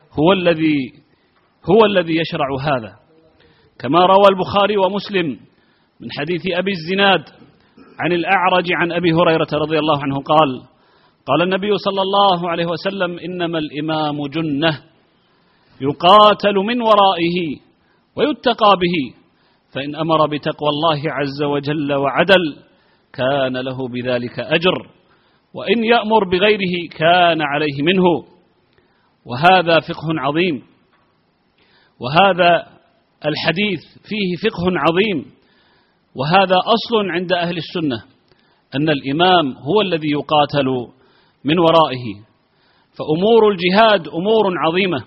هو الذي يشرع هذا، كما روى البخاري ومسلم من حديث أبي الزناد عن الأعرج عن أبي هريرة رضي الله عنه قال: قال النبي صلى الله عليه وسلم: إنما الإمام جنة يقاتل من ورائه ويتقى به، فإن أمر بتقوى الله عز وجل وعدل كان له بذلك أجر، وإن يأمر بغيره كان عليه منه. وهذا فقه عظيم، وهذا الحديث فيه فقه عظيم، وهذا أصل عند أهل السنة، أن الإمام هو الذي يقاتل من ورائه. فأمور الجهاد أمور عظيمة،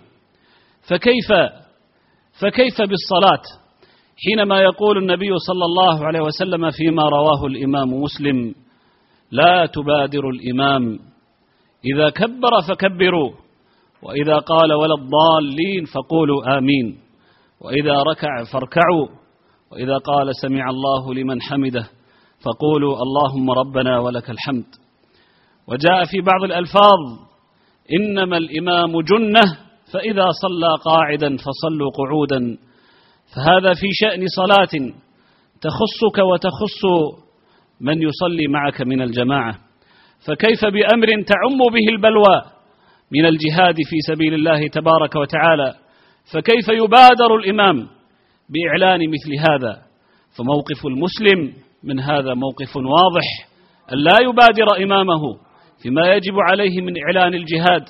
فكيف بالصلاة حينما يقول النبي صلى الله عليه وسلم فيما رواه الإمام مسلم: لا تبادر الإمام، إذا كبر فكبروا، وإذا قال ولا الضالين فقولوا آمين، وإذا ركع فاركعوا، وإذا قال سمع الله لمن حمده فقولوا اللهم ربنا ولك الحمد. وجاء في بعض الألفاظ: إنما الإمام جنة، فإذا صلى قاعدا فصلوا قعودا. فهذا في شأن صلاة تخصك وتخص من يصلي معك من الجماعة، فكيف بأمر تعم به البلوى من الجهاد في سبيل الله تبارك وتعالى؟ فكيف يبادر الإمام بإعلان مثل هذا؟ فموقف المسلم من هذا موقف واضح، أن لا يبادر إمامه فيما يجب عليه من إعلان الجهاد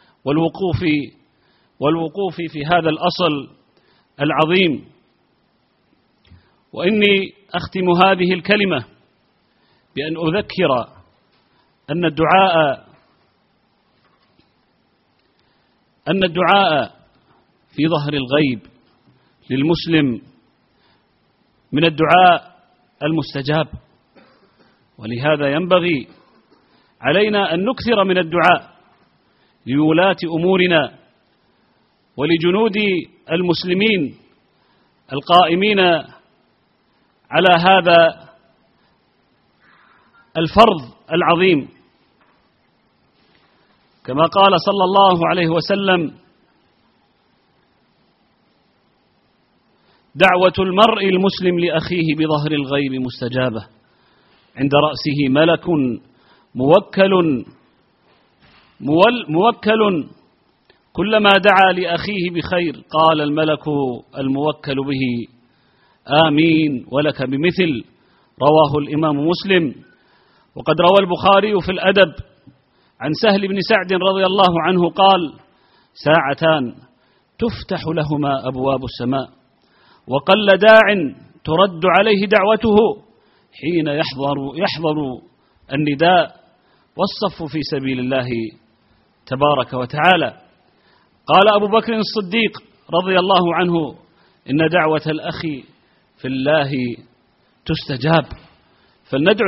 والوقوف في هذا الأصل العظيم. وإني أختم هذه الكلمة بأن أذكر أن الدعاء في ظهر الغيب للمسلم من الدعاء المستجاب، ولهذا ينبغي علينا أن نكثر من الدعاء لولاة أمورنا ولجنود المسلمين القائمين على هذا الفرض العظيم، كما قال صلى الله عليه وسلم: دعوة المرء المسلم لأخيه بظهر الغيب مستجابة، عند رأسه ملك موكل كلما دعا لأخيه بخير قال الملك الموكل به آمين ولك بمثل. رواه الإمام مسلم. وقد روى البخاري في الأدب عن سهل بن سعد رضي الله عنه قال: ساعتان تفتح لهما أبواب السماء، وقل داع ترد عليه دعوته حين يحضر النداء والصف في سبيل الله تبارك وتعالى. قال أبو بكر الصديق رضي الله عنه: إن دعوة الأخ في الله تستجاب، فلندعو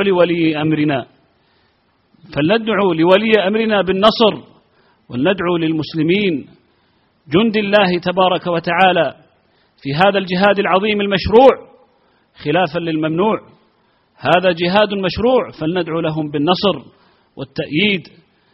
لولي أمرنا بالنصر، ولندعو للمسلمين جند الله تبارك وتعالى في هذا الجهاد العظيم المشروع خلافا للممنوع. هذا جهاد مشروع، فلندعو لهم بالنصر والتأييد،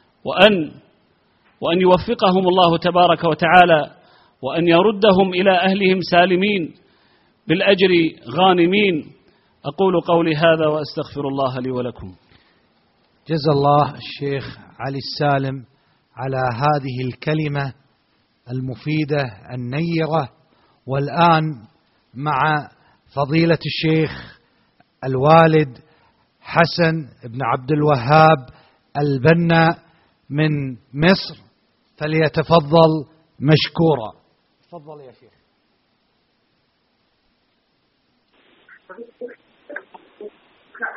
وأن يوفقهم الله تبارك وتعالى، وأن يردهم إلى أهلهم سالمين بالأجر غانمين. أقول قولي هذا وأستغفر الله لي ولكم. جزا الله الشيخ علي السالم على هذه الكلمة المفيدة النيرة. والآن مع فضيلة الشيخ الوالد حسن بن عبد الوهاب البنا من مصر، فليتفضل مشكورا. تفضل يا شيخ.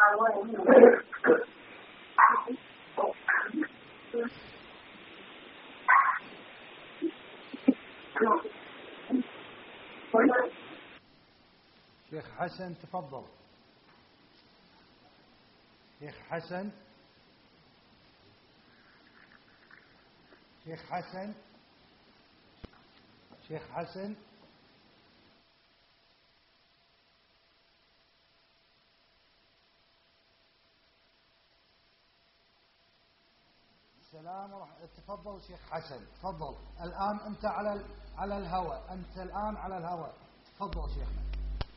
شيخ حسن تفضل. شيخ حسن. شيخ حسن. شيخ حسن. السلام تفضل شيخ حسن تفضل. الآن أنت على الهواء. أنت الآن على الهواء. تفضل شيخنا.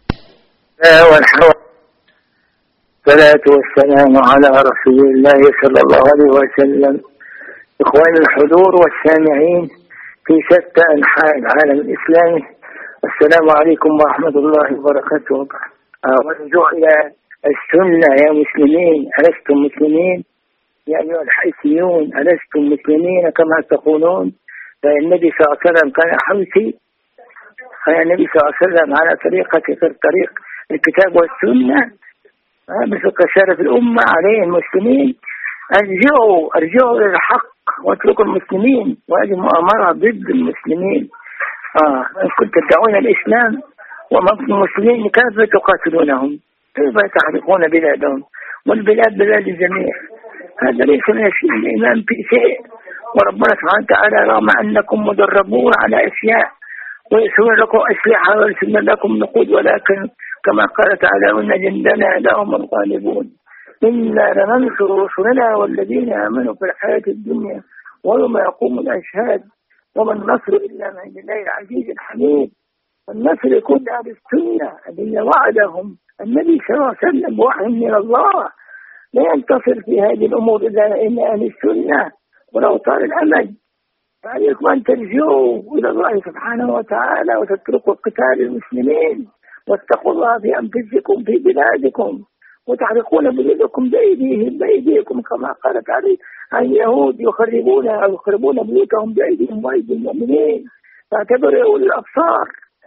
والصلاة والسلام على رسول الله صلى الله عليه وسلم. إخوان الحضور والسامعين في شتى أنحاء العالم الإسلامي، السلام عليكم ورحمة الله وبركاته. ونرجع إلى السنة يا مسلمين، ألستم مسلمين؟ يا أيها الحيثيون ألستم مسلمين كما تقولون؟ فالنبي صلى الله عليه وسلم كان حوثي، كان النبي صلى الله عليه وسلم على طريقة غير طريق الكتاب والسنة. مثل كشرف الأمة عليه المسلمين. أرجعوا للحق واتركوا المسلمين، وهذه مؤامرة ضد المسلمين. إن كنتم تدعون الإسلام وما المسلمين كيف تقاتلونهم؟ كيف تحرقون بلادهم؟ والبلاد بلاد الجميع. هذا ليس من الإيمان في شيء. وربنا سبحانه وتعالى رغم أنكم مدربون على أشياء ويسرون لكم أسلحة ويرسلون لكم نقود، ولكن كما قال تعالى إن جندنا لهم الغالبون. إنا لننصر رسلنا والذين آمنوا في الحياة الدنيا ويوم يقوم الأشهاد وما النصر إلا من عند الله العزيز الحميد. النصر يكون لأهل السنة الذين وعدهم النبي صلى الله عليه وسلم بوحي من الله. لا ينتصر في هذه الأمور إلا أهل السنة ولو طال الأمد. فعليكم أن ترجعوا إلى الله سبحانه وتعالى وتتركوا قتال المسلمين، واتقوا الله في أنفسكم في بلادكم، وتحرقون بلادكم بأيديكم كما قالت عليه عن اليهود يخربون بيوتهم بأيديهم وأيدي المؤمنين. فاعتبروا أولي الأبصار.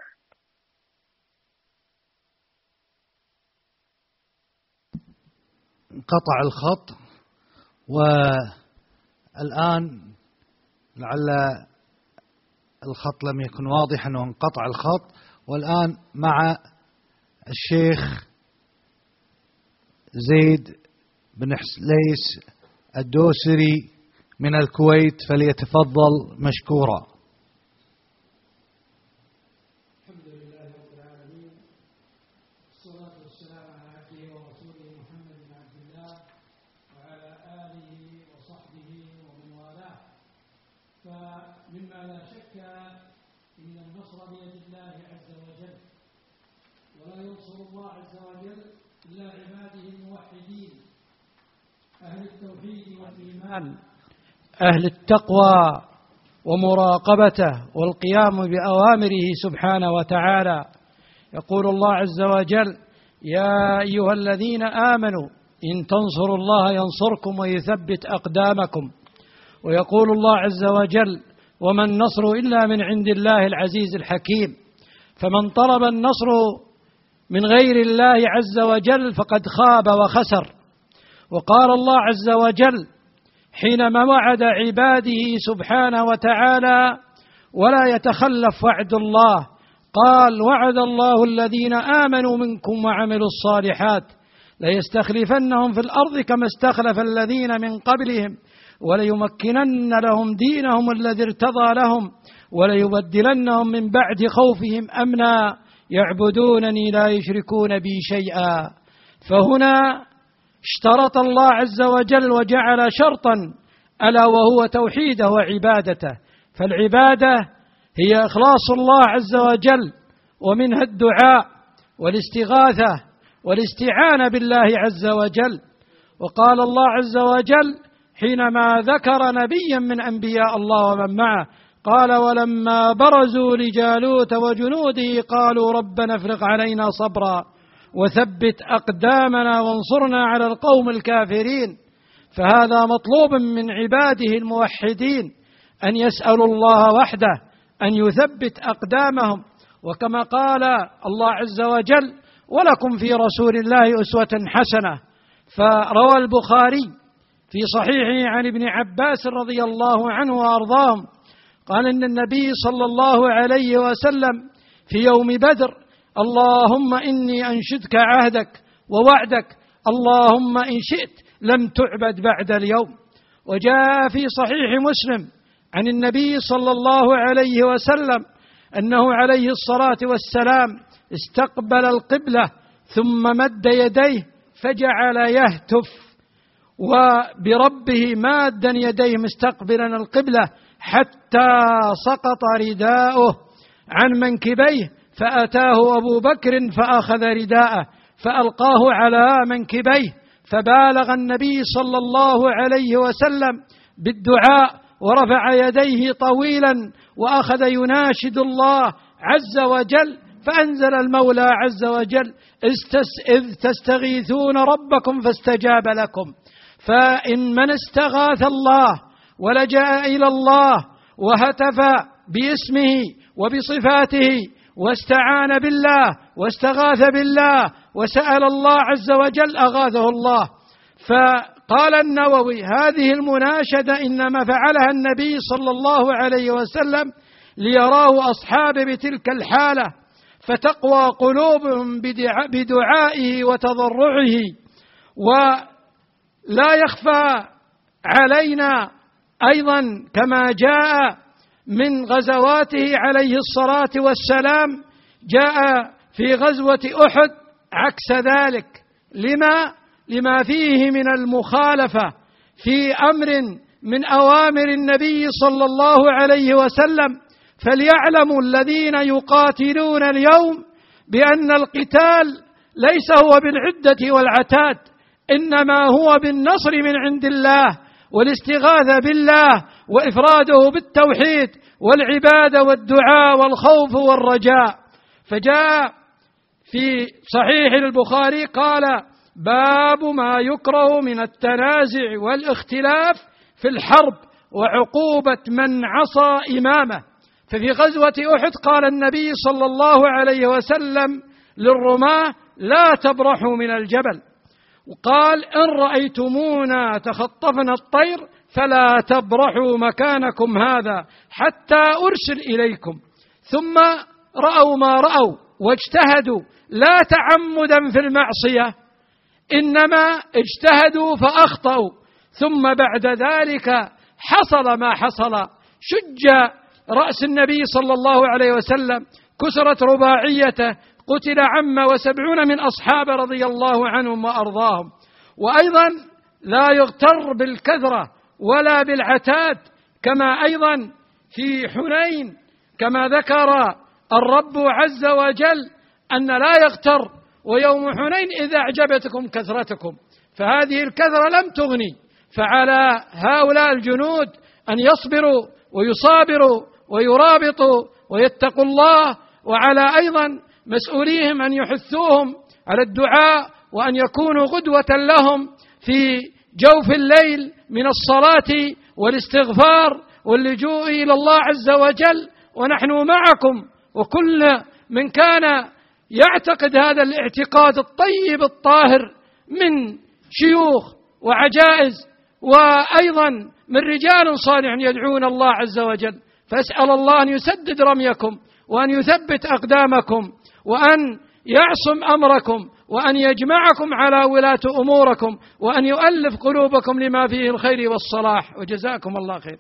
انقطع الخط، والآن لعل الخط لم يكن واضحا وانقطع الخط. والآن مع الشيخ زيد بن حسليس الدوسري من الكويت، فليتفضل مشكورا. الحمد لله رب العالمين، والصلاة والسلام على عبده ورسوله محمد بن عبد الله وعلى آله وصحبه ومن والاه. فمما لا شك إن النصر بيد الله عز وجل، ولا ينصر الله عز وجل إلا عباده الموحدين أهل التوحيد والإيمان، أهل التقوى ومراقبته والقيام بأوامره سبحانه وتعالى. يقول الله عز وجل: يا أيها الذين آمنوا إن تنصروا الله ينصركم ويثبت أقدامكم. ويقول الله عز وجل: وما النصر إلا من عند الله العزيز الحكيم. فمن طلب النصر من غير الله عز وجل فقد خاب وخسر. وقال الله عز وجل حينما وعد عباده سبحانه وتعالى ولا يتخلف وعد الله، قال: وعد الله الذين آمنوا منكم وعملوا الصالحات ليستخلفنهم في الأرض كما استخلف الذين من قبلهم وليمكنن لهم دينهم الذي ارتضى لهم وليبدلنهم من بعد خوفهم أمنا يعبدونني لا يشركون بي شيئا. فهنا اشترط الله عز وجل وجعل شرطا ألا وهو توحيده وعبادته. فالعبادة هي إخلاص الله عز وجل، ومنها الدعاء والاستغاثة والاستعانة بالله عز وجل. وقال الله عز وجل حينما ذكر نبيا من أنبياء الله ومن معه قال: ولما برزوا لجالوت وجنوده قالوا ربنا افرغ علينا صبرا وثبت أقدامنا وانصرنا على القوم الكافرين. فهذا مطلوب من عباده الموحدين أن يسألوا الله وحده أن يثبت أقدامهم. وكما قال الله عز وجل: ولكم في رسول الله أسوة حسنة فروى البخاري في صحيحه عن ابن عباس رضي الله عنه وأرضاهم قال إن النبي صلى الله عليه وسلم في يوم بدر: اللهم إني أنشدك عهدك ووعدك، اللهم إن شئت لم تعبد بعد اليوم. وجاء في صحيح مسلم عن النبي صلى الله عليه وسلم أنه عليه الصلاة والسلام استقبل القبلة ثم مد يديه فجعل يهتف وبربه مادا يديه مستقبلا القبلة حتى سقط رداؤه عن منكبيه، فأتاه أبو بكر فأخذ رداءه فألقاه على منكبيه، فبالغ النبي صلى الله عليه وسلم بالدعاء ورفع يديه طويلا وأخذ يناشد الله عز وجل، فأنزل المولى عز وجل: إذ تستغيثون ربكم فاستجاب لكم. فإن من استغاث الله ولجأ إلى الله وهتف باسمه وبصفاته واستعان بالله واستغاث بالله وسأل الله عز وجل أغاثه الله. فقال النووي: هذه المناشدة إنما فعلها النبي صلى الله عليه وسلم ليراه أصحاب بتلك الحالة فتقوى قلوبهم بدعائه وتضرعه. ولا يخفى علينا أيضا كما جاء من غزواته عليه الصلاة والسلام، جاء في غزوة أحد عكس ذلك لما فيه من المخالفة في أمر من أوامر النبي صلى الله عليه وسلم. فليعلموا الذين يقاتلون اليوم بأن القتال ليس هو بالعدة والعتاد، إنما هو بالنصر من عند الله والاستغاثة بالله وإفراده بالتوحيد والعبادة والدعاء والخوف والرجاء. فجاء في صحيح البخاري قال: باب ما يكره من التنازع والاختلاف في الحرب وعقوبة من عصى إمامه. ففي غزوة أحد قال النبي صلى الله عليه وسلم للرماة: لا تبرحوا من الجبل، وقال: إن رأيتمونا تخطفنا الطير فلا تبرحوا مكانكم هذا حتى أرسل إليكم. ثم رأوا ما رأوا واجتهدوا، لا تعمدا في المعصية، إنما اجتهدوا فأخطأوا. ثم بعد ذلك حصل ما حصل، شج رأس النبي صلى الله عليه وسلم، كسرت رباعيته، قتل 70 من أصحاب رضي الله عنهم وأرضاهم. وأيضا لا يغتر بالكثرة ولا بالعتاد، كما أيضا في حنين كما ذكر الرب عز وجل أن لا يغتر: ويوم حنين إذا أعجبتكم كثرتكم. فهذه الكثرة لم تغني، فعلى هؤلاء الجنود أن يصبروا ويصابروا ويرابطوا ويتقوا الله، وعلى أيضا مسؤوليهم أن يحثوهم على الدعاء وأن يكونوا قدوة لهم في جوف الليل من الصلاة والاستغفار واللجوء إلى الله عز وجل. ونحن معكم، وكل من كان يعتقد هذا الاعتقاد الطيب الطاهر من شيوخ وعجائز وأيضا من رجال صالح يدعون الله عز وجل، فأسأل الله أن يسدد رميكم وأن يثبت أقدامكم وأن يعصم أمركم وأن يجمعكم على ولاة أموركم وأن يؤلف قلوبكم لما فيه الخير والصلاح، وجزاكم الله خير.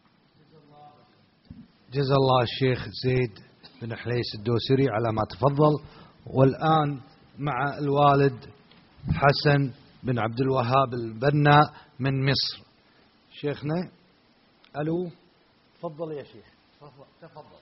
جزا الله الشيخ زيد بن حليس الدوسري على ما تفضل. والآن مع الوالد حسن بن عبد الوهاب البنا من مصر. شيخنا ألو، تفضل يا شيخ، تفضل.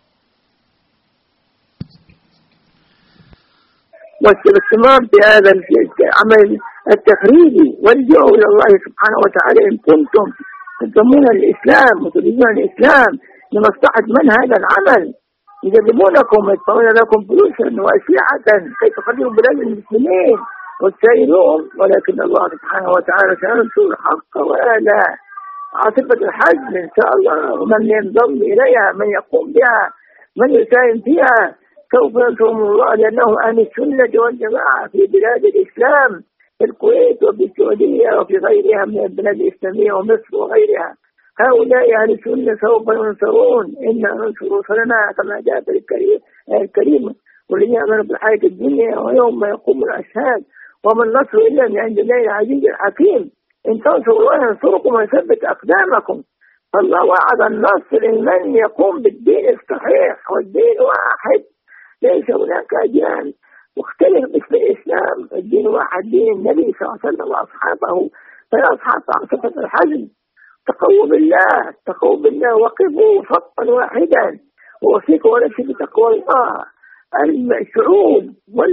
والاستمرار في هذا العمل التخريبي والجوء إلى الله سبحانه وتعالى إن كنتم تنتمون الإسلام وتريدون الإسلام لمصلحة من هذا العمل، يجذبونكم ويدفعون لكم فلوسا وأشياء كي تخرجوا بلاد المسلمين وتسيرون، ولكن الله سبحانه وتعالى سينصر الحق وأهله. عاصفة الحج إن شاء الله، ومن ينضم إليها، من يقوم بها، من يساهم فيها، سوف ينصرهم الله، لأنه أهل السنة والجماعة في بلاد الإسلام في الكويت وفي السعودية وفي غيرها من البلاد الإسلامية ومصر وغيرها. هؤلاء أهل السنة سوف ينصرون، إنا ننصر رسلنا كما جاء في الكريم والذين آمنوا بالحياة الدنيا ويوم يقوم الأشهاد وما النصر إلا من عند الله العزيز الحكيم. إن تنصروا الله ينصركم ويثبت أقدامكم. فالله وعد النصر لمن يقوم بالدين الصحيح، والدين واحد ليس هناك أديان مختلف باسم الإسلام. الدين واحد، دين النبي صلى الله عليه وسلم وأصحابه. فيا أصحاب عاصفة الحزم تقووا بالله، تقووا بالله، وقفوا صفا واحدا. ووصيكم ونفسي بتقوى الله. الشعوب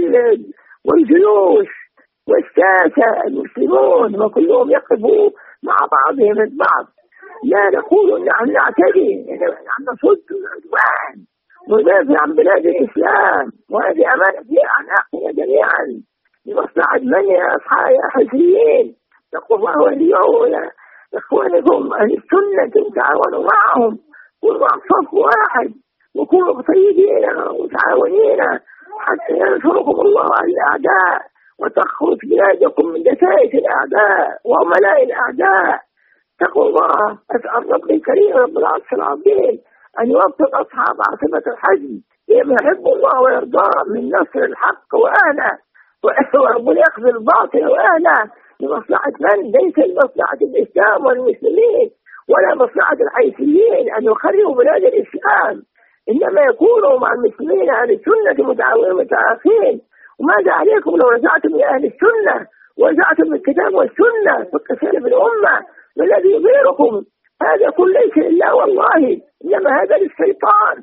والجيوش والساسة المسلمون وكلهم يقفوا مع بعضهم البعض. لا نقول نحن نعتدي، نحن نصد العدوان ندافع عن بلاد الإسلام، وهذه أمانة عن حقنا جميعا لمصلحة من يا أصحاب يا حزبيين. يقول الله وليعوا إخوانكم أهل السنة تعاونوا معهم، كونوا صف واحد وكونوا طيبين ومتعاونين حتى ينصركم الله على الأعداء وتخرج بلادكم من دسائس الأعداء وعملاء الأعداء. اتقوا الله. أسأل ربي الكريم رب العرش العظيم أن يوفق أصحاب عاصمة الحزم لما يحب الله ويرضاه من نصر الحق وأهله، وربنا يأخذ الباطل وأهله لمصلحة من؟ ليس لمصلحة الإسلام والمسلمين ولا مصلحة الحيثيين أن يخربوا بلاد الإسلام، إنما يكونوا مع المسلمين أهل السنة متعاونين متعاقين. وماذا عليكم لو رجعتم لأهل السنة ورجعتم بالكتاب والسنة فكسلف الأمة ما الذي يضيركم؟ هذا كل ليس لله والله، إنما هذا للشيطان.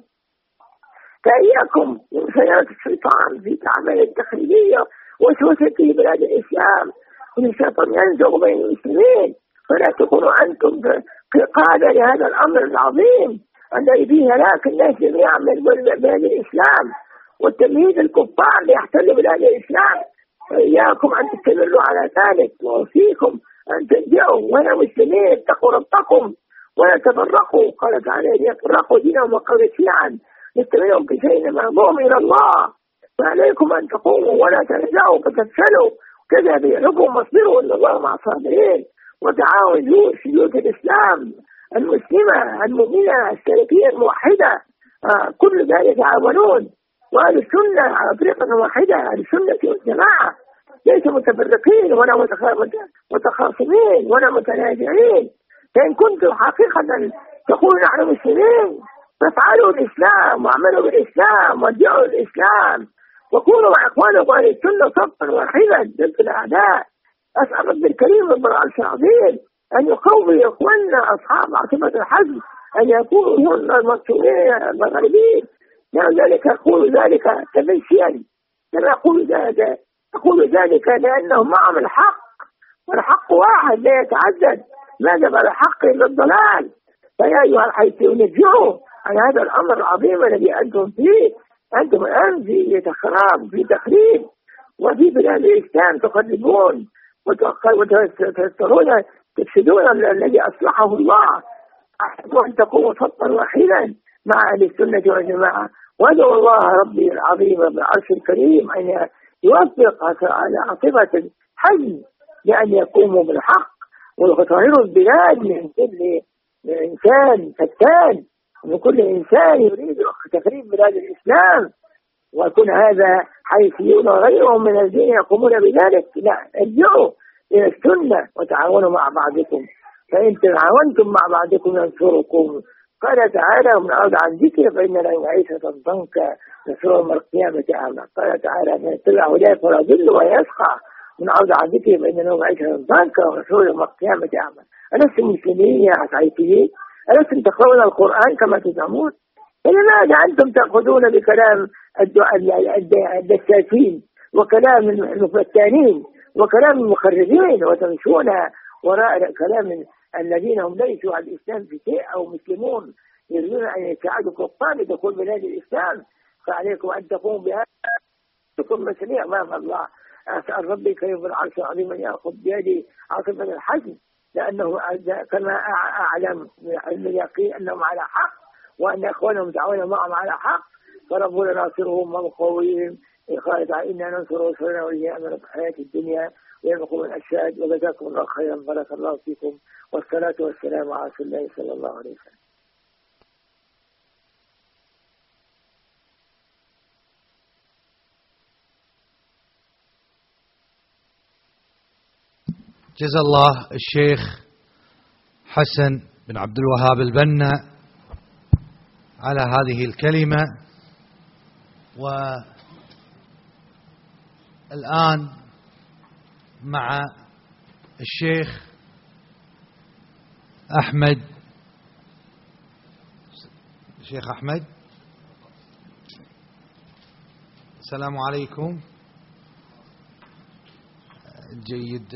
فإياكم من سيارة الشيطان في تعامل التخريبية وسوسة في بلاد الإسلام. الشيطان ينزغ بين المسلمين، فلا تكونوا أنتم قادة لهذا الأمر العظيم الذي فيه هلاك الناس جميعا من بلاد الإسلام والتمهيد الكفار ليحتلوا بلاد الإسلام. فإياكم أن تستمروا على ذلك، وأوصيكم أن ترجعوا ولا مسلمين اتقوا ربكم ولا تفرقوا. قال تعالى يفرقوا دينهم وقالوا شيعا يتبعون بشيء مهضوم إلى الله. فعليكم أن تقوموا ولا ترجعوا فتفشلوا كذا بيعلكم واصبروا إن الله مع الصابرين. وتعاونوا جيوش الإسلام المسلمة المؤمنة السلفية الموحدة كل ذلك يتعاونون، وأهل السنة على طريقة واحدة. أهل السنة والجماعة ليس متفرقين ولا متخاصمين ولا متنازعين. فإن كنتم حقيقة تقولوا نحن مسلمين فافعلوا الإسلام واعملوا بالإسلام وادعوا الإسلام وكونوا مع إخوانكم أهل السنة صفا واحدا ضد الأعداء. أسأل رب الكريم رب العرش العظيم أن يقوي إخواننا أصحاب عاصمة الحزم أن يكونوا هم المنصورين المغربيين. لذلك أقول ذلك تمشيا، لما أقول ذلك لأنهم معهم الحق، والحق واحد لا يتعدد، ما جبل الحق إلا الضلال. فيا أيها الحيثيون ارجعوا عن هذا الأمر العظيم الذي أنتم فيه. أنتم الآن في خراب، في تخريب، وفي بلاد الإسلام تخربون وتفسرون تفسدون الذي أصلحه الله. وأن تقوموا صفا واحدا مع أهل السنة والجماعة. وادعوا الله ربي العظيم بالعرش الكريم أن يوفق على عاصفة الحزم لأن يقوموا بالحق ويطهروا البلاد من كل إنسان فتان، من كل إنسان يريد تخريب بلاد الإسلام. ويكون هذا حيثيون وغيرهم من الذين يقومون بذلك. لا، ارجعوا إلى السنة وتعاونوا مع بعضكم، فإن تعاونتم مع بعضكم ينصركم. قال تعالى ومن أعرض عن ذكر فإن له معيشة ضنكا نحشره يوم القيامة أعمى. قال تعالى من يتبع هداي فلا يضل ويشقى. من أعرض عن ذكر فإن له معيشة ضنكا ونحشره يوم القيامة أعمى. ألستم مسلمين يا عسعيتين؟ ألستم تقرؤون القرآن كما تزعمون؟ فلماذا أنتم تأخذون بكلام الدساتين وكلام المفتانين وكلام المخربين وتمشون وراء كلام الذين هم ليسوا على الإسلام في شيء أو مسلمون يريدون أن يساعدوا كفار لدخول بلاد الإسلام؟ فعليكم أن تقوموا بهذا، تكون مسؤولية أمام الله. أسأل ربي كريم العرش العظيم أن يأخذ بيدي عاصفة الحزم، لأنه كما أعلم من علم اليقين أنهم على حق وأن إخوانهم تعاونوا معهم على حق، فربنا ناصرهم ومقويهم قال إنا ننصر رسلنا والذين آمنوا في الحياة الدنيا ويبقوا الأشهاد. وجزاكم الله خيرا، بارك الله فيكم، والصلاة والسلام على رسول الله صلى الله عليه وسلم. جزا الله الشيخ حسن بن عبد الوهاب البنا على هذه الكلمة. والآن مع الشيخ أحمد. الشيخ أحمد، السلام عليكم. جيد.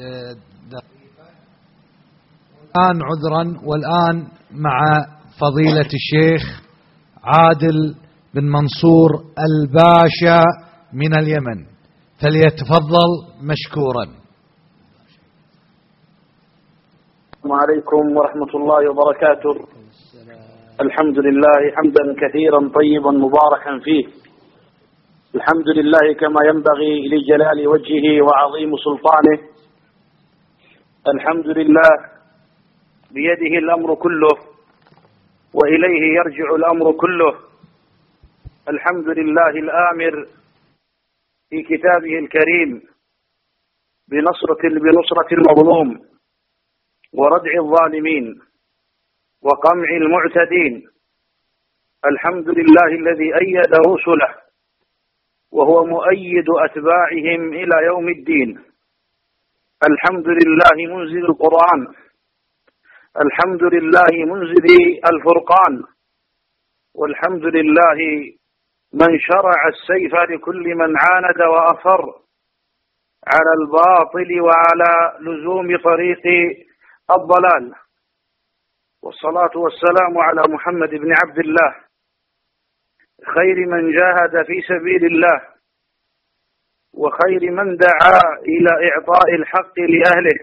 الآن عذرا، والآن مع فضيلة الشيخ عادل بن منصور الباشا من اليمن، فليتفضل مشكورا. السلام عليكم ورحمة الله وبركاته. الحمد لله حمدا كثيرا طيبا مباركا فيه، الحمد لله كما ينبغي لجلال وجهه وعظيم سلطانه. الحمد لله بيده الأمر كله وإليه يرجع الأمر كله. الحمد لله الآمر في كتابه الكريم بنصرة المظلوم وردع الظالمين وقمع المعتدين. الحمد لله الذي أيد رسله وهو مؤيد أتباعهم إلى يوم الدين. الحمد لله منزل القرآن، الحمد لله منزل الفرقان، والحمد لله من شرع السيف لكل من عاند وأصر على الباطل وعلى لزوم طريق الضلال. والصلاة والسلام على محمد بن عبد الله خير من جاهد في سبيل الله وخير من دعا إلى إعطاء الحق لأهله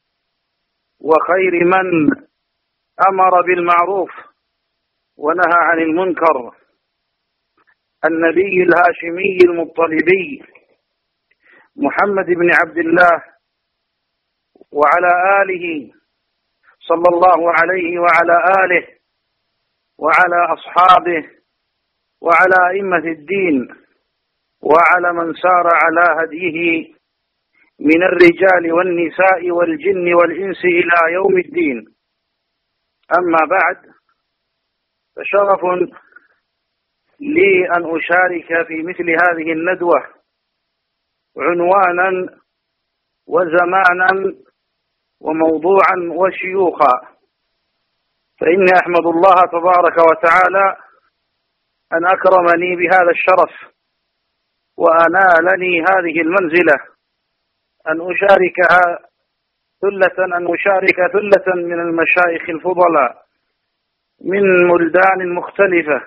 وخير من أمر بالمعروف ونهى عن المنكر، النبي الهاشمي المطلبي محمد بن عبد الله وعلى آله صلى الله عليه وعلى آله وعلى أصحابه وعلى أئمة الدين وعلى من سار على هديه من الرجال والنساء والجن والإنس إلى يوم الدين. أما بعد، فشرف لي أن أشارك في مثل هذه الندوة عنوانا وزمانا وموضوعا وشيوخا، فإني أحمد الله تبارك وتعالى أن أكرمني بهذا الشرف وأنالني هذه المنزلة أن أشارك ثلة من المشايخ الفضلاء من بلدان مختلفة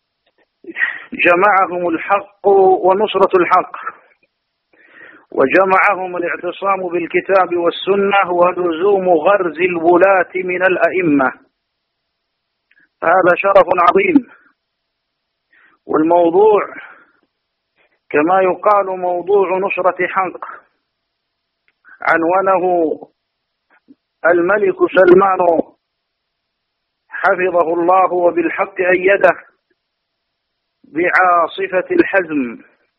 جمعهم الحق ونصرة الحق، وجمعهم الاعتصام بالكتاب والسنة ولزوم غرز الولاة من الأئمة. هذا شرف عظيم. والموضوع كما يقال موضوع نصرة حق، عنوانه الملك سلمان حفظه الله وبالحق أيده بعاصفة الحزم،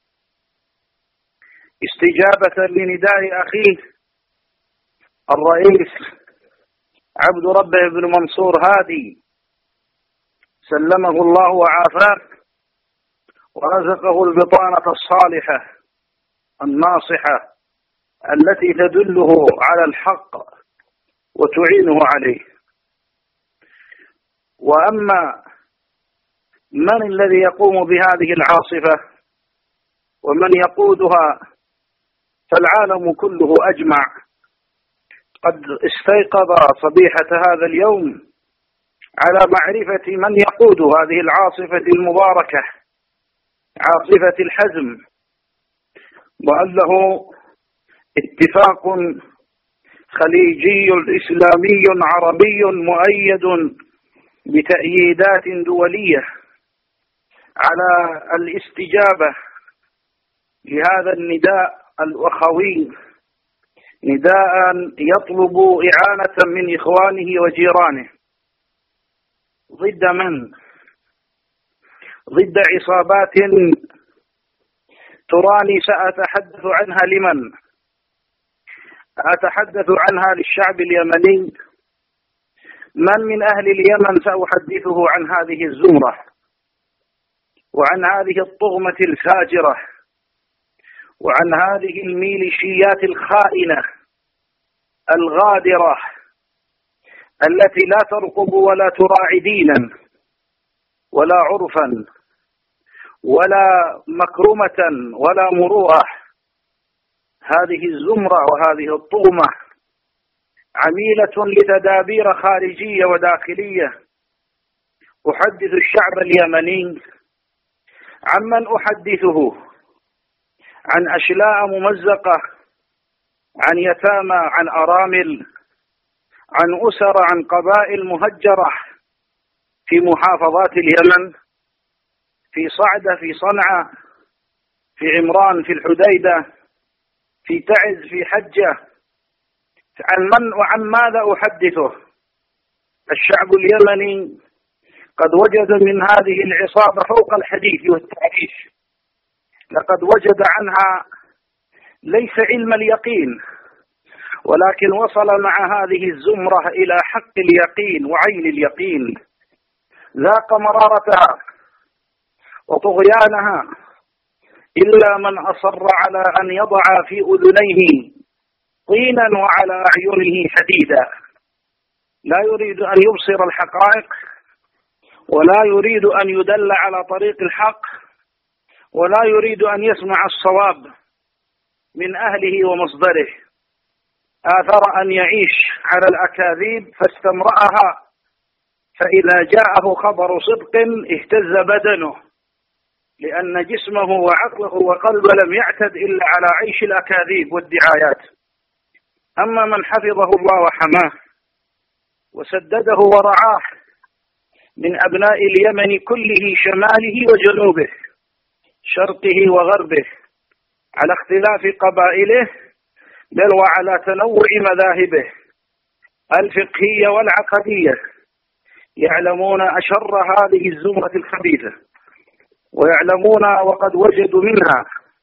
استجابة لنداء أخيه الرئيس عبد ربه بن منصور هادي سلمه الله وعافاه ورزقه البطانة الصالحة الناصحة التي تدله على الحق وتعينه عليه. وأما من الذي يقوم بهذه العاصفة ومن يقودها، فالعالم كله أجمع قد استيقظ صبيحة هذا اليوم على معرفة من يقود هذه العاصفة المباركة، عاصفة الحزم، وأنه اتفاق خليجي إسلامي عربي مؤيد بتأييدات دولية على الاستجابة لهذا النداء الأخوي، نداء يطلب إعانة من إخوانه وجيرانه. ضد من؟ ضد عصابات تراني سأتحدث عنها لمن؟ أتحدث عنها للشعب اليمني. من أهل اليمن سأحدثه عن هذه الزمرة وعن هذه الطغمة الفاجرة وعن هذه الميليشيات الخائنة الغادرة التي لا ترقب ولا تراعي دينا ولا عرفا ولا مكرمة ولا مروءة. هذه الزمرة وهذه الطغمة عميلة لتدابير خارجية وداخلية. أحدث الشعب اليمني عمن أحدثه، عن أشلاء ممزقة، عن يتامى، عن أرامل، عن أسر، عن قبائل مهجرة في محافظات اليمن، في صعدة، في صنعاء، في عمران، في الحديدة، في تعز، في حجة. عن من وعن ماذا أحدثه؟ الشعب اليمني قد وجد من هذه العصابة فوق الحديث والتعريف. لقد وجد عنها ليس علم اليقين، ولكن وصل مع هذه الزمرة إلى حق اليقين وعين اليقين. ذاق مرارتها وطغيانها إلا من أصر على أن يضع في أذنيه طينا وعلى أعينه حديدا. لا يريد أن يبصر الحقائق، ولا يريد أن يدل على طريق الحق، ولا يريد أن يسمع الصواب من أهله ومصدره. آثر أن يعيش على الأكاذيب فاستمرأها، فإذا جاءه خبر صدق اهتز بدنه، لأن جسمه وعقله وقلبه لم يعتد إلا على عيش الأكاذيب والدعايات. أما من حفظه الله وحماه وسدده ورعاه من أبناء اليمن كله، شماله وجنوبه، شرقه وغربه، على اختلاف قبائله بل وعلى تنوع مذاهبه الفقهية والعقدية، يعلمون أشر هذه الزمرة الخبيثة، ويعلمون وقد وجدوا منها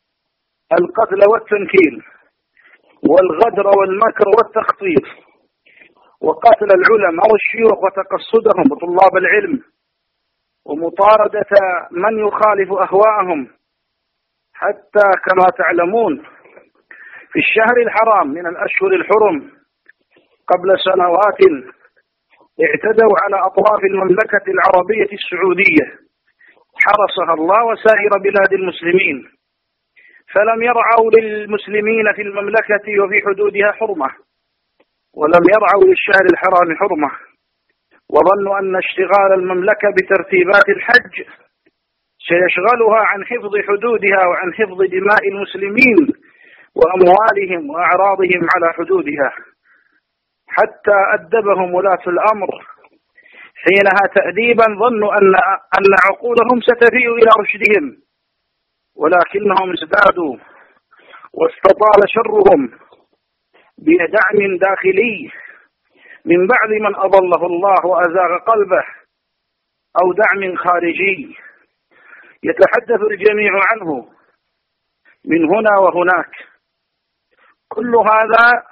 القتل والتنكيل والغدر والمكر والتخطيط وقتل العلماء والشيوخ وتقصدهم وطلاب العلم ومطاردة من يخالف أهواءهم. حتى كما تعلمون في الشهر الحرام من الأشهر الحرم قبل سنوات اعتدوا على أطراف المملكة العربية السعودية، حرسها الله وسائر بلاد المسلمين، فلم يرعوا للمسلمين في المملكة وفي حدودها حرمة، ولم يرعوا للشهر الحرام حرمة، وظنوا أن اشتغال المملكة بترتيبات الحج سيشغلها عن حفظ حدودها وعن حفظ دماء المسلمين وأموالهم وأعراضهم على حدودها. حتى أدبهم ولاة الأمر حينها تأديبا ظنوا أن عقولهم ستفيء إلى رشدهم، ولكنهم ازدادوا واستطال شرهم بدعم داخلي من بعد من أضله الله وأزاغ قلبه، أو دعم خارجي يتحدث الجميع عنه من هنا وهناك. كل هذا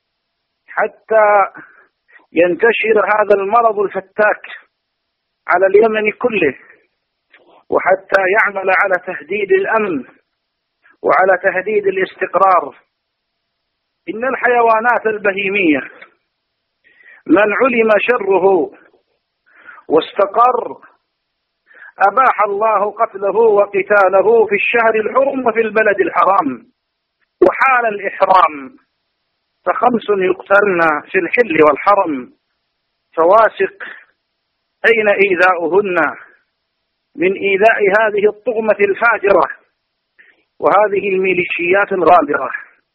حتى ينتشر هذا المرض الفتاك على اليمن كله، وحتى يعمل على تهديد الأمن وعلى تهديد الاستقرار. إن الحيوانات البهيمية من علم شره واستقر أباح الله قتله وقتاله في الشهر الحرم وفي البلد الحرام. وحال الإحرام فخمس يقتلن في الحل والحرم، فواسق أين إيذاؤهن من إيذاء هذه الطغمة الفاجرة وهذه الميليشيات الغادرة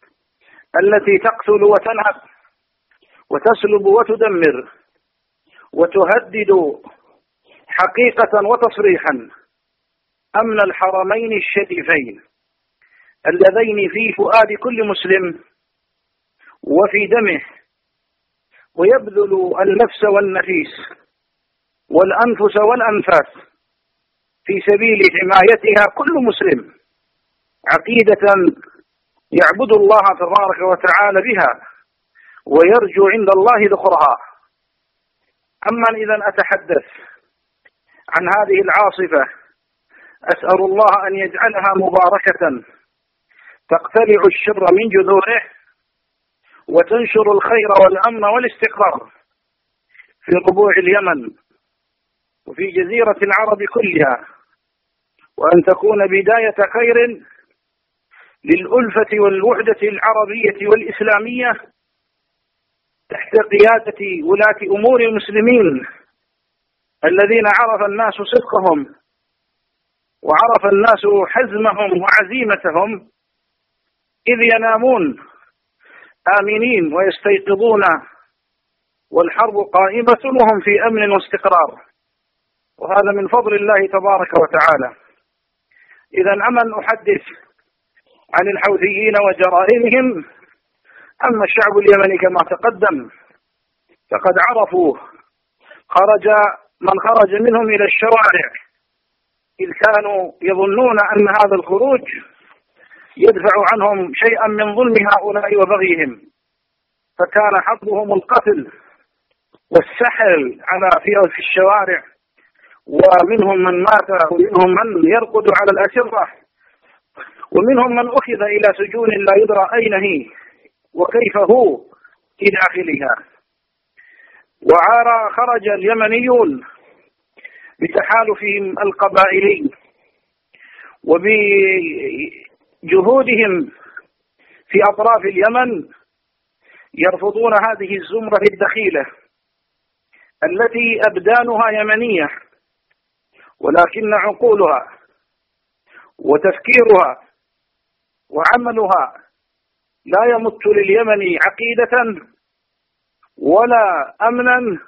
التي تقتل وتنهب وتسلب وتدمر وتهدد حقيقة وتصريحا أمن الحرمين الشريفين اللذين في فؤاد كل مسلم وفي دمه، ويبذل النفس والنفيس والأنفس والأنفاس في سبيل حمايتها كل مسلم عقيدة يعبد الله تبارك وتعالى بها ويرجو عند الله ذخرها. أما إذا أتحدث عن هذه العاصفة، أسأل الله أن يجعلها مباركة تقتلع الشر من جذوره وتنشر الخير والأمن والاستقرار في ربوع اليمن وفي جزيرة العرب كلها، وأن تكون بداية خير للألفة والوحدة العربية والإسلامية تحت قيادة ولاة أمور المسلمين الذين عرف الناس صدقهم وعرف الناس حزمهم وعزيمتهم، إذ ينامون آمنين ويستيقظون والحرب قائمة وهم في أمن واستقرار، وهذا من فضل الله تبارك وتعالى. إذا أمن أحدث عن الحوثيين وجرائمهم. أما الشعب اليمني كما تقدم فقد عرفوا من خرج منهم إلى الشوارع، إذ كانوا يظنون أن هذا الخروج يدفع عنهم شيئا من ظلم هؤلاء وبغيهم، فكان حظهم القتل والسحل في الشوارع، ومنهم من مات ومنهم من يرقد على الأسرة ومنهم من أخذ إلى سجون لا يدرى أين هي وكيف هو في داخلها. خرج اليمنيون بتحالفهم القبائلي وبجهودهم في أطراف اليمن يرفضون هذه الزمرة الدخيلة التي أبدانها يمنية، ولكن عقولها وتفكيرها وعملها لا يمت لليمن عقيدة ولا أمنا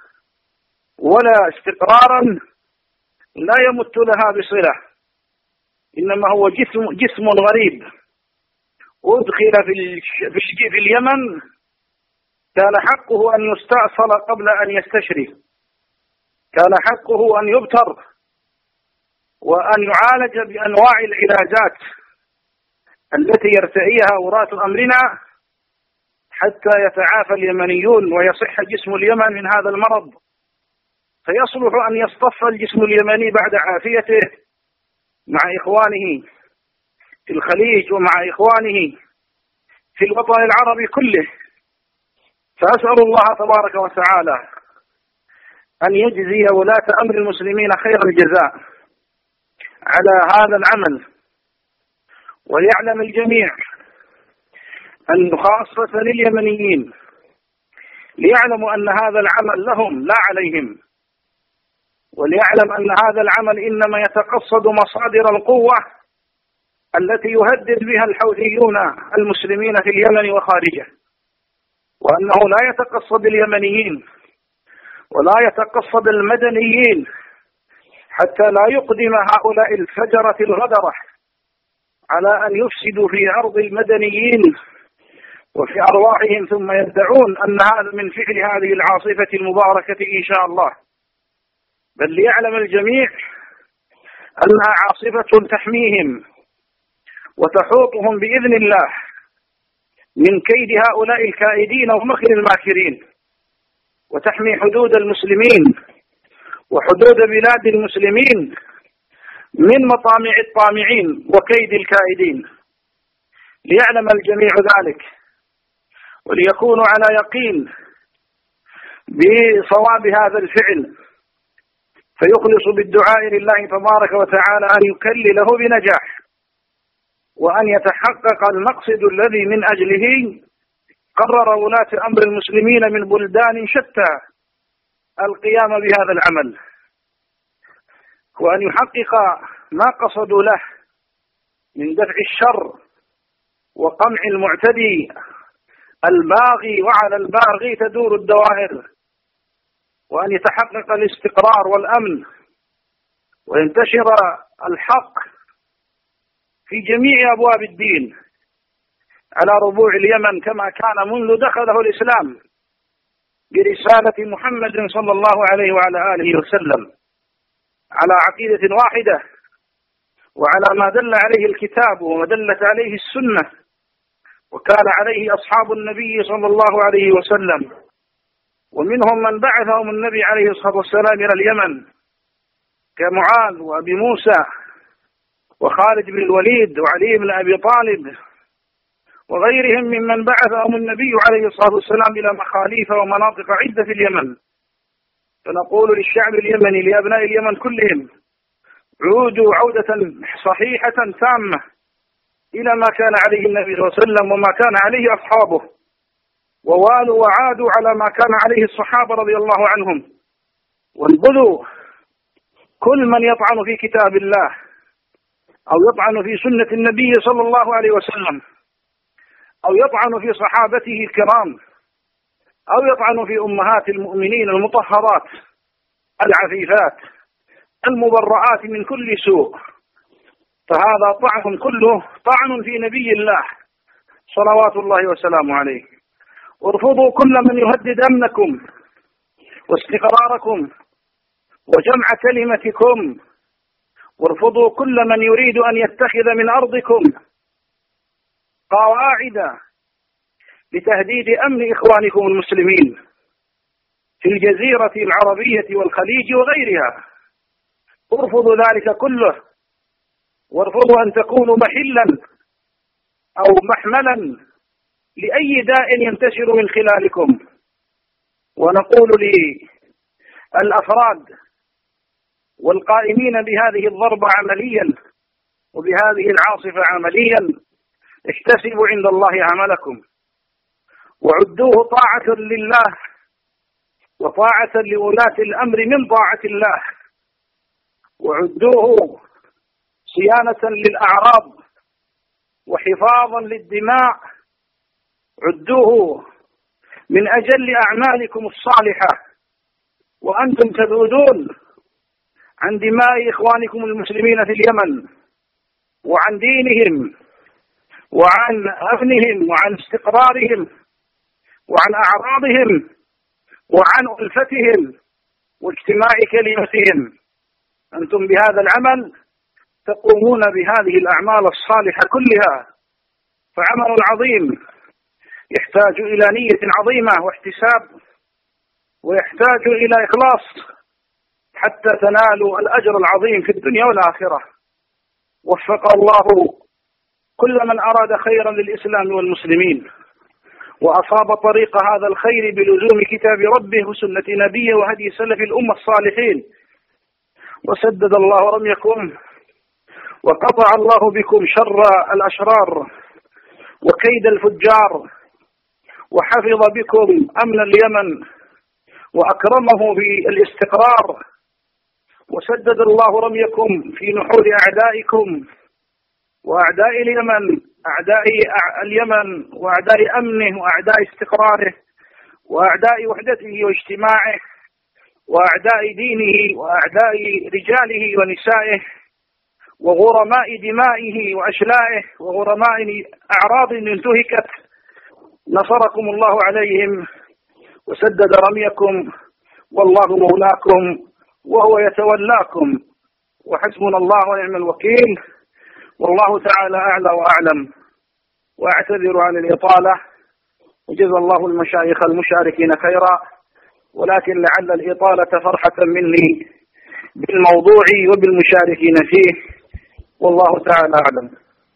ولا استقرارا، لا يمت لها بصلة، إنما هو جسم غريب أدخل في اليمن كان حقه أن يستأصل قبل أن يستشري، كان حقه أن يبتر وأن يعالج بأنواع العلاجات التي يرتئيها وراة أمرنا حتى يتعافى اليمنيون ويصح جسم اليمن من هذا المرض، فيصلح أن يصطف الجسم اليمني بعد عافيته مع إخوانه في الخليج ومع إخوانه في الوطن العربي كله. فأسأل الله تبارك وتعالى أن يجزي ولاة أمر المسلمين خير الجزاء على هذا العمل، وليعلم الجميع أن خاصة لليمنيين ليعلموا أن هذا العمل لهم لا عليهم، وليعلم أن هذا العمل إنما يتقصد مصادر القوة التي يهدد بها الحوثيون المسلمين في اليمن وخارجه، وأنه لا يتقصد اليمنيين ولا يتقصد المدنيين حتى لا يقدم هؤلاء الفجرة الغدرة على أن يفسدوا في أرض المدنيين وفي أرواحهم ثم يدعون أن هذا من فعل هذه العاصفة المباركة إن شاء الله، بل ليعلم الجميع أنها عاصفة تحميهم وتحوطهم بإذن الله من كيد هؤلاء الكائدين ومكر الماكرين، وتحمي حدود المسلمين وحدود بلاد المسلمين من مطامع الطامعين وكيد الكائدين، ليعلم الجميع ذلك وليكونوا على يقين بصواب هذا الفعل، فيخلص بالدعاء لله تبارك وتعالى أن يكلله بنجاح وأن يتحقق المقصد الذي من أجله قرر ولاة أمر المسلمين من بلدان شتى القيام بهذا العمل، وأن يحقق ما قصدوا له من دفع الشر وقمع المعتدي الباغي، وعلى الباغي تدور الدوائر، وأن يتحقق الاستقرار والأمن وينتشر الحق في جميع أبواب الدين على ربوع اليمن كما كان منذ دخله الإسلام برسالة محمد صلى الله عليه وعلى آله وسلم على عقيدة واحدة وعلى ما دل عليه الكتاب وما دلت عليه السنة وكان عليه أصحاب النبي صلى الله عليه وسلم، ومنهم من بعثهم النبي عليه الصلاة والسلام إلى اليمن كمعاذ وأبي موسى وخالد بن الوليد وعلي بن أبي طالب وغيرهم ممن بعثهم النبي عليه الصلاة والسلام إلى مخاليف ومناطق عدة في اليمن. فنقول للشعب اليمني لأبناء اليمن كلهم عودوا عودة صحيحة تامة إلى ما كان عليه النبي صلى الله عليه وسلم وما كان عليه أصحابه، ووالوا وعادوا على ما كان عليه الصحابة رضي الله عنهم، وانبذوا كل من يطعن في كتاب الله أو يطعن في سنة النبي صلى الله عليه وسلم أو يطعن في صحابته الكرام أو يطعن في أمهات المؤمنين المطهرات العفيفات المبرآت من كل سوء، فهذا طعن كله طعن في نبي الله صلوات الله وسلامه عليه. وارفضوا كل من يهدد أمنكم واستقراركم وجمع كلمتكم، وارفضوا كل من يريد أن يتخذ من أرضكم قواعد لتهديد أمن إخوانكم المسلمين في الجزيرة العربية والخليج وغيرها. ارفضوا ذلك كله، وارفضوا أن تكونوا محلا أو محملا لأي داء ينتشر من خلالكم. ونقول للأفراد والقائمين بهذه الضربة عمليا وبهذه العاصفة عمليا: احتسبوا عند الله عملكم وعدوه طاعة لله وطاعة لولاة الأمر من طاعة الله، وعدوه صيانة للأعراض وحفاظا للدماء، عدوه من أجل أعمالكم الصالحة وأنتم تذودون عن دماء إخوانكم المسلمين في اليمن وعن دينهم وعن أمنهم وعن استقرارهم وعن أعراضهم وعن ألفتهم واجتماع كلمتهم. أنتم بهذا العمل تقومون بهذه الأعمال الصالحة كلها، فعمل عظيم يحتاج إلى نية عظيمة واحتساب، ويحتاج إلى إخلاص حتى تنالوا الأجر العظيم في الدنيا والآخرة. وفق الله كل من أراد خيرا للإسلام والمسلمين، وأصاب طريق هذا الخير بلزوم كتاب ربه وسنة نبيه وهدي سلف الأمة الصالحين، وسدد الله رميكم وقطع الله بكم شر الأشرار وكيد الفجار، وحفظ بكم أمن اليمن وأكرمه بالاستقرار، وسدد الله رميكم في نحور أعدائكم وأعداء اليمن، أعداء اليمن وأعداء أمنه وأعداء استقراره وأعداء وحدته واجتماعه وأعداء دينه وأعداء رجاله ونسائه وغرماء دمائه وأشلائه وغرماء أعراض انتهكت. نصركم الله عليهم وسدد رميكم، والله مولاكم وهو يتولاكم، وحسبنا الله ونعم الوكيل، والله تعالى أعلى وأعلم. وأعتذر عن الإطالة، وجزا الله المشايخ المشاركين خيرا، ولكن لعل الإطالة فرحة مني بالموضوع وبالمشاركين فيه، والله تعالى أعلم.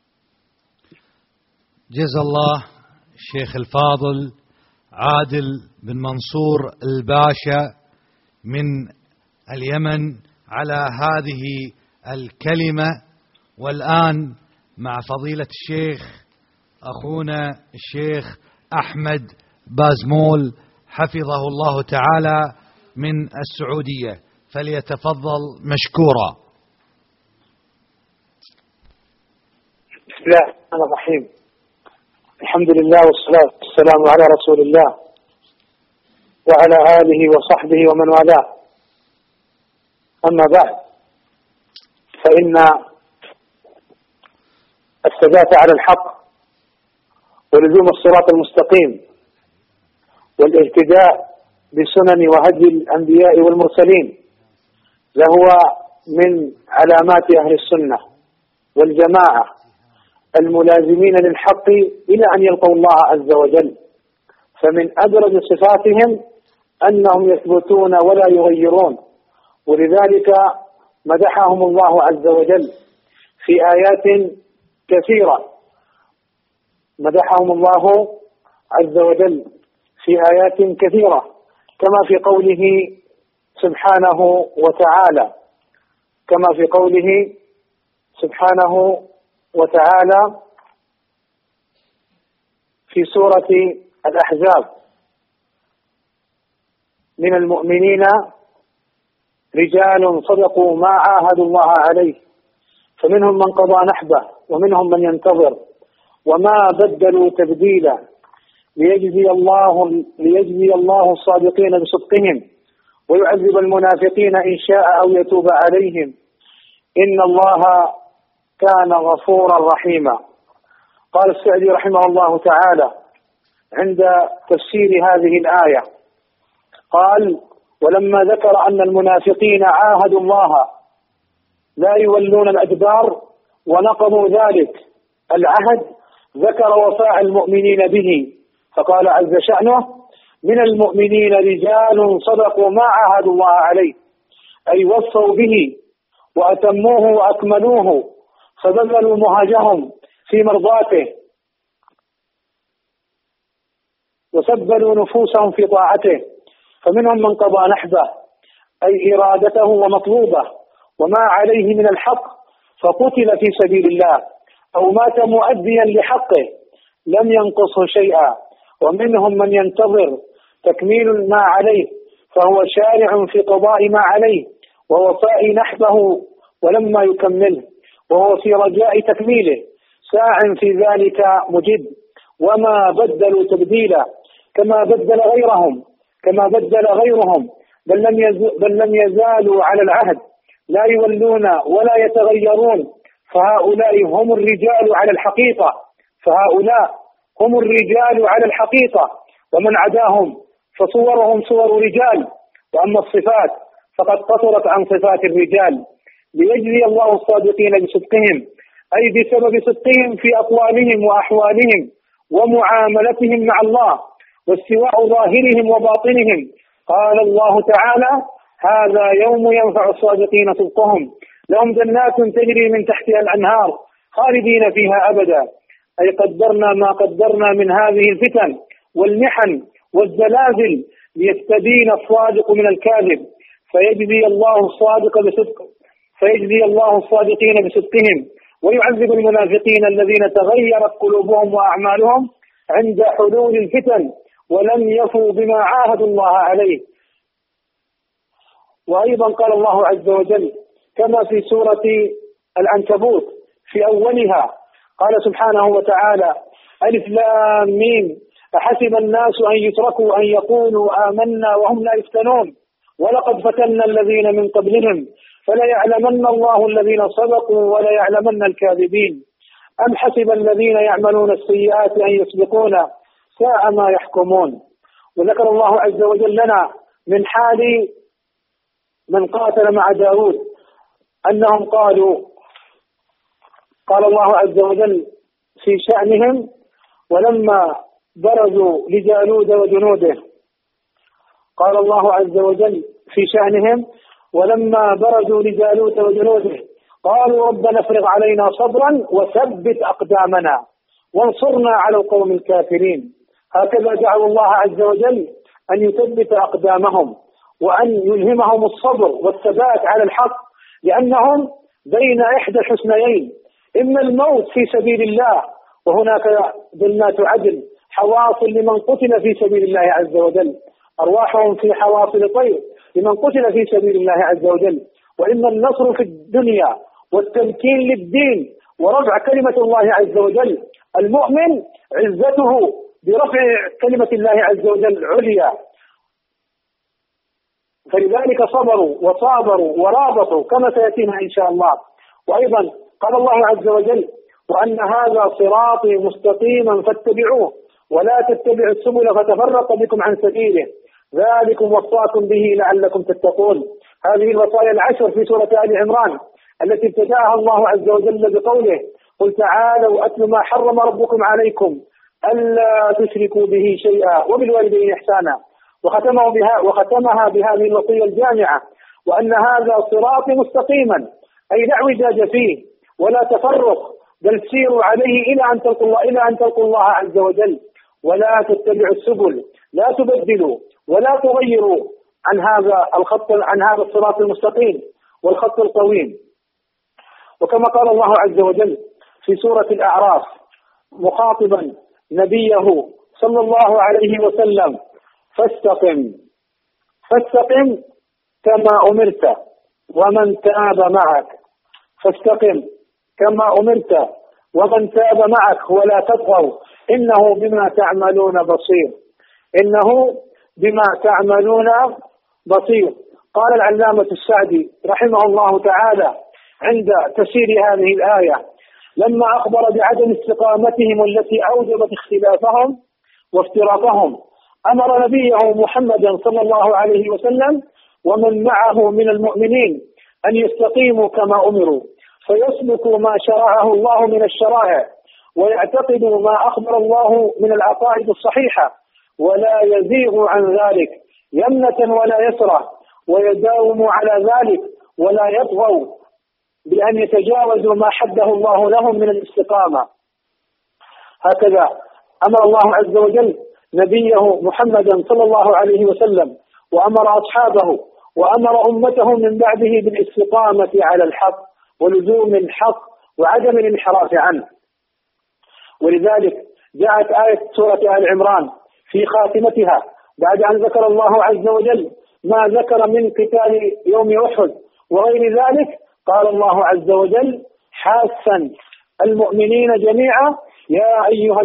جزا الله الشيخ الفاضل عادل بن منصور الباشا من اليمن على هذه الكلمة. والآن مع فضيلة الشيخ أخونا الشيخ أحمد بازمول حفظه الله تعالى من السعودية، فليتفضل مشكورا. بسم الله الرحمن الرحيم. الحمد لله والصلاة والسلام على رسول الله وعلى آله وصحبه ومن والاه. أما بعد، فإن الثبات على الحق ولزوم الصراط المستقيم والاهتداء بسنن وهدي الأنبياء والمرسلين لهو من علامات أهل السنة والجماعة الملازمين للحق إلى أن يلقوا الله عز وجل. فمن أبرز صفاتهم أنهم يثبتون ولا يغيرون، ولذلك مدحهم الله عز وجل في آيات كثيرة. مدحهم الله عز وجل في آيات كثيرة كما في قوله سبحانه وتعالى، كما في قوله سبحانه وتعالى في سورة الأحزاب: من المؤمنين رجال صدقوا ما عاهدوا الله عليه فمنهم من قضى نحبه ومنهم من ينتظر وما بدلوا تبديلا ليجزي الله الصادقين بصدقهم ويعذب المنافقين إن شاء أو يتوب عليهم إن الله كان غفورا رحيما. قال السعدي رحمه الله تعالى عند تفسير هذه الآية قال: ولما ذكر أن المنافقين عاهدوا الله لا يولون الأدبار ونقضوا ذلك العهد ذكر وفاء المؤمنين به فقال عز شأنه: من المؤمنين رجال صدقوا ما عاهدوا الله عليه، أي وفوا به وأتموه وأكملوه فبذلوا مهجهم في مرضاته وسبلوا نفوسهم في طاعته. فمنهم من قضى نحبه أي إرادته ومطلوبه وما عليه من الحق فقتل في سبيل الله أو مات مؤديا لحقه لم ينقصه شيئا. ومنهم من ينتظر تكميل ما عليه فهو شارع في قضاء ما عليه ووفاء نحبه ولما يكمله، وهو في رجاء تكميله ساع في ذلك مجد وما بدلوا تبديلا كما بدل غيرهم بل لم يزالوا على العهد لا يولون ولا يتغيرون. فهؤلاء هم الرجال على الحقيقة ومن عداهم فصورهم صور رجال. وأما الصفات فقد قصرت عن صفات الرجال ليجزي الله الصادقين بصدقهم، أي بسبب صدقهم في أقوالهم وأحوالهم ومعاملتهم مع الله واستواء ظاهرهم وباطنهم. قال الله تعالى: هذا يوم ينفع الصادقين صدقهم لهم جنات تجري من تحتها الأنهار خالدين فيها أبدا، أي قدرنا ما قدرنا من هذه الفتن والمحن والزلازل ليستبين الصادق من الكاذب فيجزي الله الصادقين بصدقهم ويعذب المنافقين الذين تغيرت قلوبهم وأعمالهم عند حلول الفتن ولم يفوا بما عاهدوا الله عليه. وأيضا قال الله عز وجل كما في سورة العنكبوت في أولها قال سبحانه وتعالى: ألف لام ميم أحسب الناس أن يتركوا أن يقولوا آمنا وهم لا يفتنون ولقد فتنا الذين من قبلهم فليعلمن الله الذين صدقوا وليعلمن الكاذبين أم حسب الذين يعملون السيئات أن يسبقونا ساء ما يحكمون. وذكر الله عز وجل لنا من حال من قاتل مع داود أنهم قال الله عز وجل في شأنهم: ولما برزوا لجالوت وجنوده، قال الله عز وجل في شأنهم: ولما برزوا لجالوت وجنوده قالوا ربنا افرغ علينا صبرا وثبت أقدامنا وانصرنا على القوم الكافرين. هكذا دعوا الله عز وجل أن يثبت أقدامهم وأن يلهمهم الصبر والثبات على الحق، لأنهم بين إحدى الحسنيين: إما الموت في سبيل الله وهناك جنات عدن حواصل لمن قتل في سبيل الله عز وجل، أرواحهم في حواصل طير لمن قتل في سبيل الله عز وجل، وإما النصر في الدنيا والتمكين للدين ورفع كلمة الله عز وجل. المؤمن عزته برفع كلمة الله عز وجل عليا، فلذلك صبروا وصابروا ورابطوا كما سيأتينا إن شاء الله. وأيضا قال الله عز وجل: وأن هذا صراطي مستقيما فاتبعوه ولا تتبعوا السبل فتفرق بكم عن سبيله ذلكم وصاكم به لعلكم تتقون. هذه الوصايا العشر في سورة آل عمران التي ابتدأها الله عز وجل بقوله قل تعالوا أتل ما حرم ربكم عليكم ألا تشركوا به شيئا وبالوالدين إحسانا، وختمها بهذه الوصية الجامعة وأن هذا صراط مستقيما أي لا اعوجاج فيه ولا تفرق، بل سيروا عليه إلى أن تلقوا الله عز وجل، ولا تتبعوا السبل، لا تبدلوا ولا تغيروا عن هذا الصراط المستقيم والخط القويم. وكما قال الله عز وجل في سورة الأعراف مخاطبا نبيه صلى الله عليه وسلم فاستقم كما أمرت ومن تاب معك، فاستقم كما أمرت ومن تاب معك ولا تطغوا إنه بما تعملون بصير، إنه بما تعملون بصير. قال العلامة السعدي رحمه الله تعالى عند تفسير هذه الآية لما أخبر بعدم استقامتهم التي أوجبت اختلافهم وافتراقهم أمر نبيه محمدا صلى الله عليه وسلم ومن معه من المؤمنين أن يستقيموا كما أمروا فيسلكوا ما شرعه الله من الشرائع ويعتقدوا ما أخبر الله من العقائد الصحيحة ولا يزيغوا عن ذلك يمنة ولا يسرة، ويداوموا على ذلك ولا يطغوا بأن يتجاوزوا ما حده الله لهم من الاستقامة. هكذا أمر الله عز وجل نبيه محمدا صلى الله عليه وسلم وأمر أصحابه وأمر أمته من بعده بالاستقامة على الحق ولزوم الحق وعدم الانحراف عنه. ولذلك جاءت آية سورة آل عمران في خاتمتها بعد أن ذكر الله عز وجل ما ذكر من قتال يوم أحد وغير ذلك، قال الله عز وجل حاثا المؤمنين جميعا يا أيها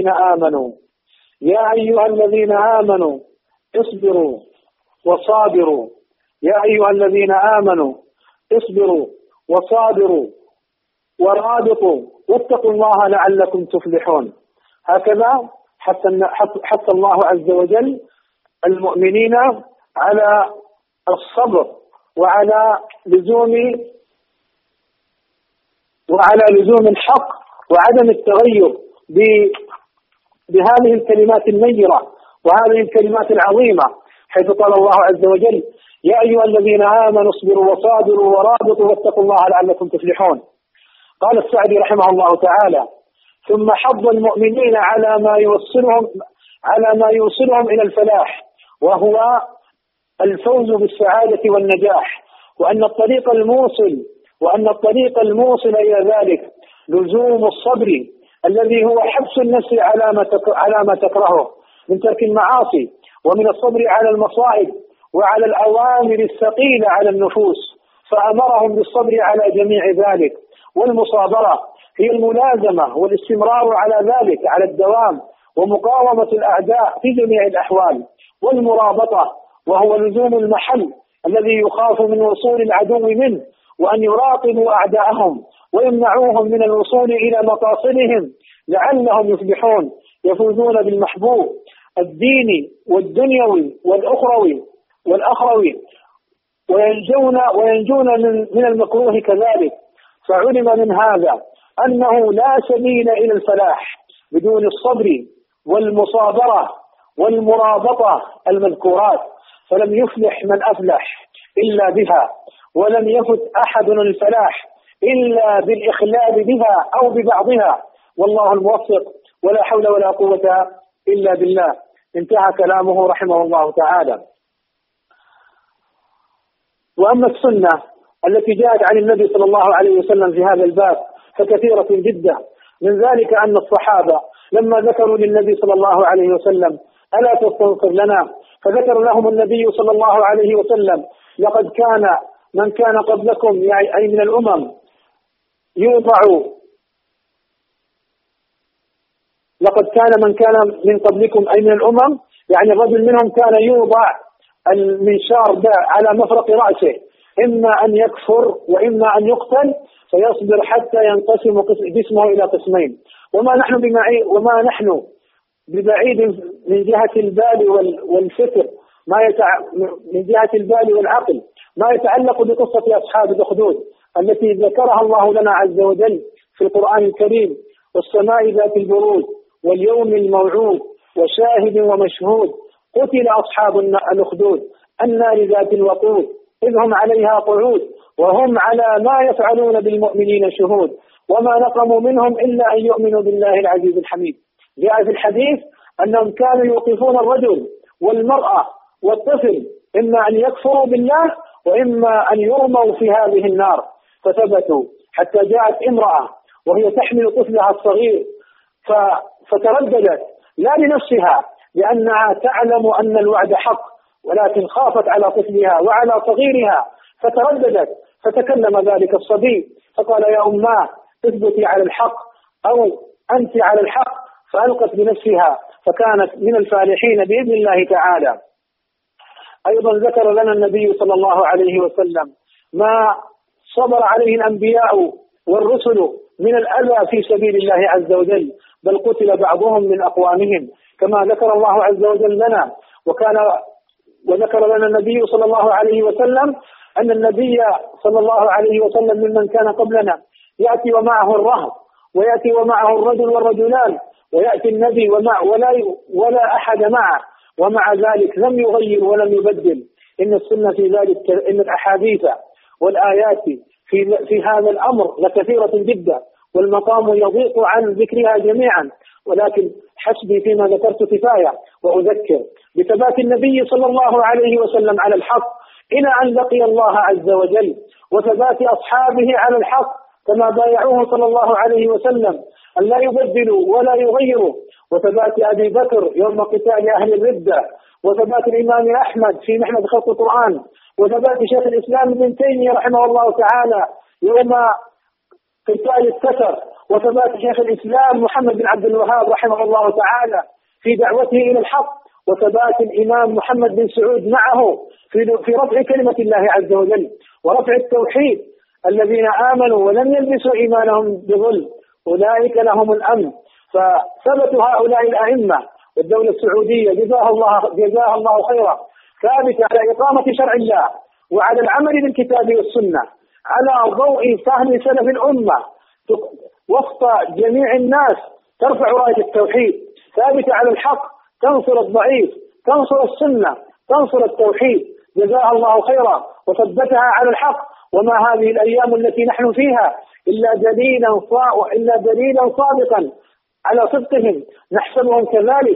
الذين آمنوا اصبروا وصابروا، يا أيها الذين آمنوا اصبروا وصابروا ورابطوا واتقوا الله لعلكم تفلحون. هكذا حث الله عز وجل المؤمنين على الصبر وعلى لزوم الحق وعدم التغير بهذه الكلمات النيرة وهذه الكلمات العظيمة، حيث قال الله عز وجل يا أيها الذين آمنوا اصبروا وصابروا ورابطوا واتقوا الله لعلكم تفلحون. قال السعدي رحمه الله تعالى ثم حض المؤمنين على ما يوصلهم إلى الفلاح وهو الفوز بالسعادة والنجاح، وأن الطريق الموصل إلى ذلك لزوم الصبر الذي هو حبس النفس على ما تكرهه من ترك المعاصي ومن الصبر على المصائب وعلى الأوامر الثقيلة على النفوس، فأمرهم بالصبر على جميع ذلك. والمصابرة هي الملازمة والاستمرار على ذلك على الدوام ومقاومة الأعداء في جميع الأحوال. والمرابطة وهو لزوم المحل الذي يخاف من وصول العدو منه وأن يراقبوا أعداءهم ويمنعوهم من الوصول إلى مقاصدهم لعلهم يفلحون يفوزون بالمحبوب الديني والدنيوي والأخروي وينجون من المكروه كذلك. فعلم من هذا أنه لا سبيل إلى الفلاح بدون الصبر والمصابرة والمرابطة المذكورات، فلم يفلح من أفلح إلا بها، ولم يفت أحد الفلاح إلا بالإخلال بها أو ببعضها، والله الموفق ولا حول ولا قوة إلا بالله. انتهى كلامه رحمه الله تعالى. وأما السنة التي جاءت عن النبي صلى الله عليه وسلم في هذا الباب فكثيرة جدا، من ذلك أن الصحابة لما ذكروا للنبي صلى الله عليه وسلم ألا تستنصر لنا، فذكر لهم النبي صلى الله عليه وسلم لقد كان من كان قبلكم أي من الأمم لقد كان من كان من قبلكم أي من الأمم، يعني الرجل منهم كان يوضع المنشار على مفرق رأسه إما أن يكفر وإما أن يقتل، فيصبر حتى ينقسم جسمه إلى قسمين. وما نحن ببعيد من جهة البال والفكر من جهة البال والعقل ما يتعلق بقصة أصحاب الأخدود التي ذكرها الله لنا عز وجل في القرآن الكريم: والسماء ذات البروج واليوم الموعود وشاهد ومشهود قتل أصحاب الأخدود النار ذات الوقود إذ هم عليها قعود وهم على ما يفعلون بالمؤمنين شهود وما نقموا منهم إلا أن يؤمنوا بالله العزيز الحميد. جاء في الحديث أنهم كانوا يوقفون الرجل والمرأة والطفل إما أن يكفروا بالله وإما أن يرموا في هذه النار، فثبتوا حتى جاءت امرأة وهي تحمل طفلها الصغير فترددت لا لنفسها لأنها تعلم أن الوعد حق، ولكن خافت على طفلها وعلى صغيرها فترددت، فتكلم ذلك الصبي فقال: يا أماه اثبتي على الحق أو أنت على الحق، فألقت بنفسها فكانت من الفالحين بإذن الله تعالى. أيضا ذكر لنا النبي صلى الله عليه وسلم ما صبر عليه الأنبياء والرسل من الأذى في سبيل الله عز وجل، بل قتل بعضهم من أقوامهم كما ذكر الله عز وجل لنا. وذكر لنا النبي صلى الله عليه وسلم أن النبي صلى الله عليه وسلم ممن كان قبلنا يأتي ومعه الرهب ويأتي ومعه الرجل والرجلان، ويأتي النبي ولا أحد معه، ومع ذلك لم يغير ولم يبدل. إن السنة في ذلك، إن الأحاديث والآيات في هذا الأمر لكثيرة جدا، والمقام يضيق عن ذكرها جميعا، ولكن حسبي فيما ذكرت كفاية. وأذكر بثبات النبي صلى الله عليه وسلم على الحق إلى أن لقي الله عز وجل، وثبات أصحابه على الحق كما بايعوه صلى الله عليه وسلم أن لا يبدلوا ولا يغيروا، وثبات أبي بكر يوم قتال أهل الردة، وثبات الإمام أحمد في محنة خلق القرآن، وثبات شيخ الإسلام ابن تيمية رحمه الله تعالى يوم قتال الكسر، وثبات شيخ الإسلام محمد بن عبد الوهاب رحمه الله تعالى في دعوته إلى الحق، وثبات الإمام محمد بن سعود معه في رفع كلمة الله عز وجل ورفع التوحيد. الذين آمنوا ولم يلبسوا إيمانهم بظلم أولئك لهم الأمن. فثبت هؤلاء الأئمة والدولة السعودية جزاها الله خيرا ثابتة على إقامة شرع الله وعلى العمل بالكتاب والسنة على ضوء فهم سلف الأمة وسط جميع الناس، ترفع راية التوحيد ثابتة على الحق، تنصر الضعيف، تنصر السنة، تنصر التوحيد. جزاها الله خيرا وثبتها على الحق. وما هذه الأيام التي نحن فيها إلا دليلا صادقا على صدقهم، نحسبهم كذلك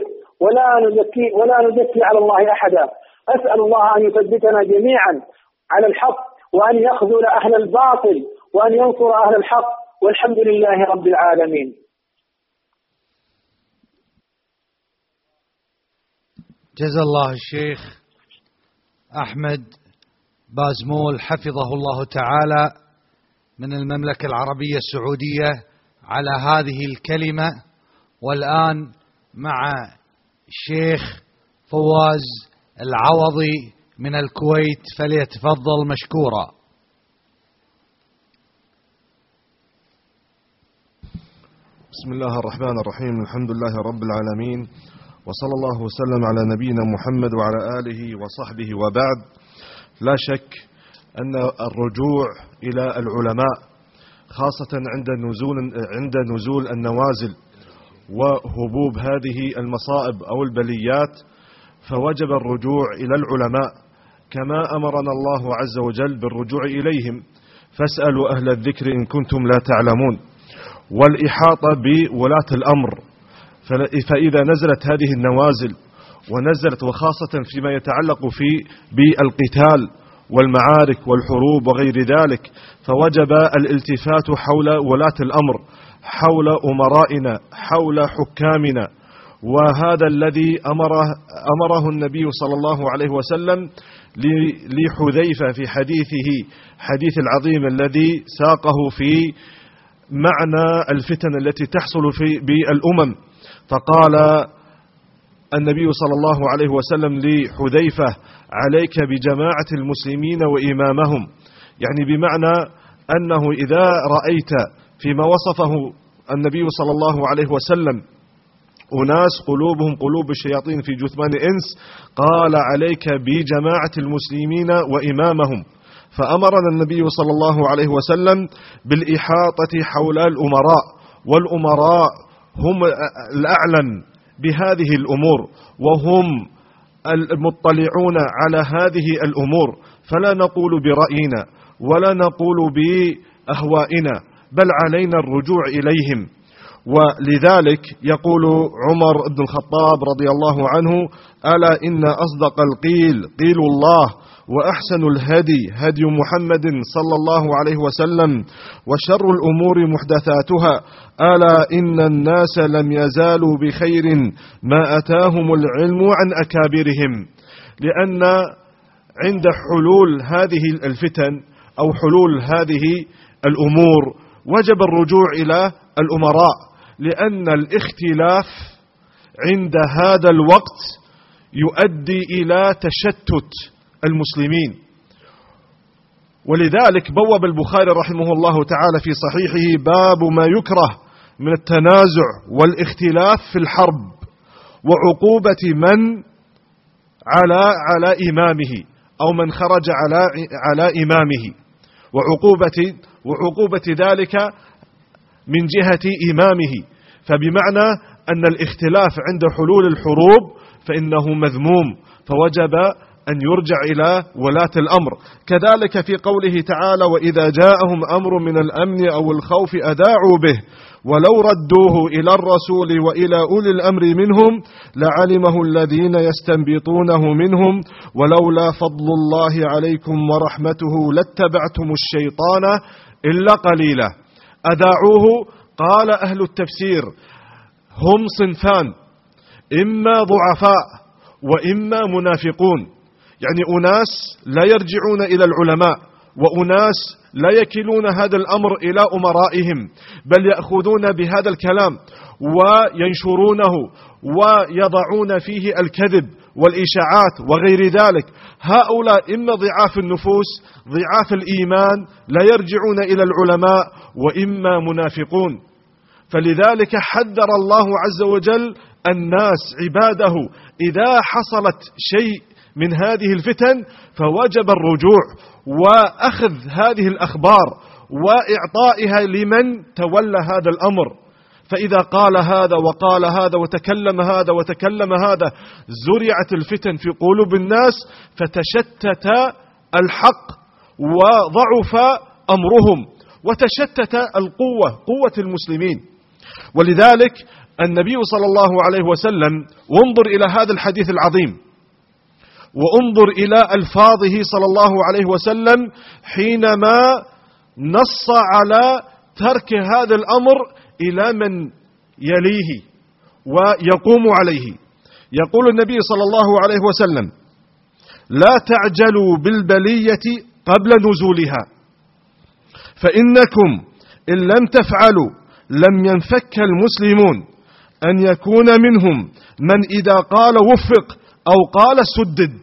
ولا نزكي على الله أحدا. أسأل الله أن يثبتنا جميعا على الحق، وأن يخذل أهل الباطل، وأن ينصر أهل الحق، والحمد لله رب العالمين. جزا الله الشيخ أحمد بازمول حفظه الله تعالى من المملكة العربية السعودية على هذه الكلمة. والآن مع الشيخ فواز العوضي من الكويت، فليتفضل مشكورا. بسم الله الرحمن الرحيم. الحمد لله رب العالمين، وصلى الله وسلم على نبينا محمد وعلى آله وصحبه. وبعد، لا شك أن الرجوع إلى العلماء خاصة عند نزول النوازل وهبوب هذه المصائب أو البليات، فوجب الرجوع إلى العلماء كما أمرنا الله عز وجل بالرجوع إليهم. فاسألوا أهل الذكر إن كنتم لا تعلمون. والإحاطة بولاة الأمر، فإذا نزلت هذه النوازل ونزلت وخاصة فيما يتعلق بالقتال والمعارك والحروب وغير ذلك، فوجب الالتفات حول ولاة الأمر، حول أمرائنا، حول حكامنا. وهذا الذي أمره النبي صلى الله عليه وسلم لحذيفة في حديث العظيم الذي ساقه في معنى الفتن التي تحصل بالأمم. فقال النبي صلى الله عليه وسلم لحذيفة: عليك بجماعة المسلمين وإمامهم، يعني بمعنى أنه إذا رأيت فيما وصفه النبي صلى الله عليه وسلم أناس قلوبهم قلوب الشياطين في جثمان إنس، قال عليك بجماعة المسلمين وإمامهم، فأمرنا النبي صلى الله عليه وسلم بالإحاطة حول الأمراء، والأمراء هم الأعلم بهذه الأمور وهم المطلعون على هذه الأمور، فلا نقول برأينا ولا نقول بأهوائنا، بل علينا الرجوع إليهم. ولذلك يقول عمر بن الخطاب رضي الله عنه: ألا إن أصدق القيل قيل الله، وأحسن الهدي هدي محمد صلى الله عليه وسلم، وشر الأمور محدثاتها، ألا إن الناس لم يزالوا بخير ما أتاهم العلم عن أكابرهم. لأن عند حلول هذه الفتن أو حلول هذه الأمور وجب الرجوع إلى الأمراء، لأن الاختلاف عند هذا الوقت يؤدي إلى تشتت المسلمين. ولذلك بوب البخاري رحمه الله تعالى في صحيحه باب ما يكره من التنازع والاختلاف في الحرب، وعقوبة من على إمامه أو من خرج على إمامه، وعقوبة ذلك من جهة إمامه. فبمعنى أن الاختلاف عند حلول الحروب فإنه مذموم، فوجب أن يرجع إلى ولاة الأمر. كذلك في قوله تعالى: وإذا جاءهم أمر من الأمن أو الخوف أذاعوا به ولو ردوه إلى الرسول وإلى أولي الأمر منهم لعلمه الذين يستنبطونه منهم ولولا فضل الله عليكم ورحمته لاتبعتم الشيطان إلا قليلا. أذاعوه قال أهل التفسير هم صنفان: إما ضعفاء وإما منافقون، يعني أناس لا يرجعون إلى العلماء، وأناس لا يكلون هذا الأمر إلى أمرائهم، بل يأخذون بهذا الكلام وينشرونه ويضعون فيه الكذب والإشاعات وغير ذلك. هؤلاء إما ضعاف النفوس ضعاف الإيمان لا يرجعون إلى العلماء، وإما منافقون. فلذلك حذر الله عز وجل الناس عباده إذا حصلت شيء من هذه الفتن فوجب الرجوع وأخذ هذه الأخبار وإعطائها لمن تولى هذا الأمر. فإذا قال هذا وقال هذا وتكلم هذا وتكلم هذا زرعت الفتن في قلوب الناس، فتشتت الحق وضعف أمرهم وتشتت قوة المسلمين. ولذلك النبي صلى الله عليه وسلم، وانظر إلى هذا الحديث العظيم وانظر إلى ألفاظه صلى الله عليه وسلم حينما نص على ترك هذا الأمر إلى من يليه ويقوم عليه. يقول النبي صلى الله عليه وسلم: لا تعجلوا بالبلية قبل نزولها، فإنكم إن لم تفعلوا لم ينفك المسلمون أن يكون منهم من إذا قال وفق أو قال سدد،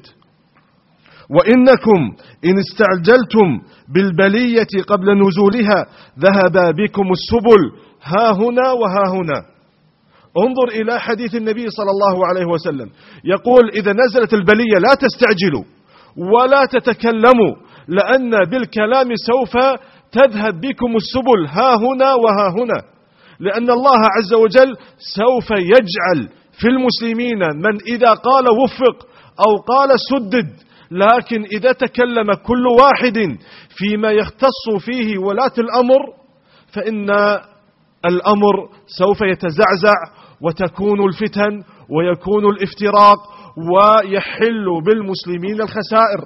وإنكم إن استعجلتم بالبلية قبل نزولها ذهب بكم السبل ها هنا وها هنا. انظر إلى حديث النبي صلى الله عليه وسلم، يقول: إذا نزلت البلية لا تستعجلوا ولا تتكلموا، لأن بالكلام سوف تذهب بكم السبل ها هنا وها هنا، لأن الله عز وجل سوف يجعل في المسلمين من إذا قال وفق أو قال سدد، لكن إذا تكلم كل واحد فيما يختص فيه ولاة الأمر فإن الأمر سوف يتزعزع وتكون الفتن ويكون الافتراق ويحل بالمسلمين الخسائر.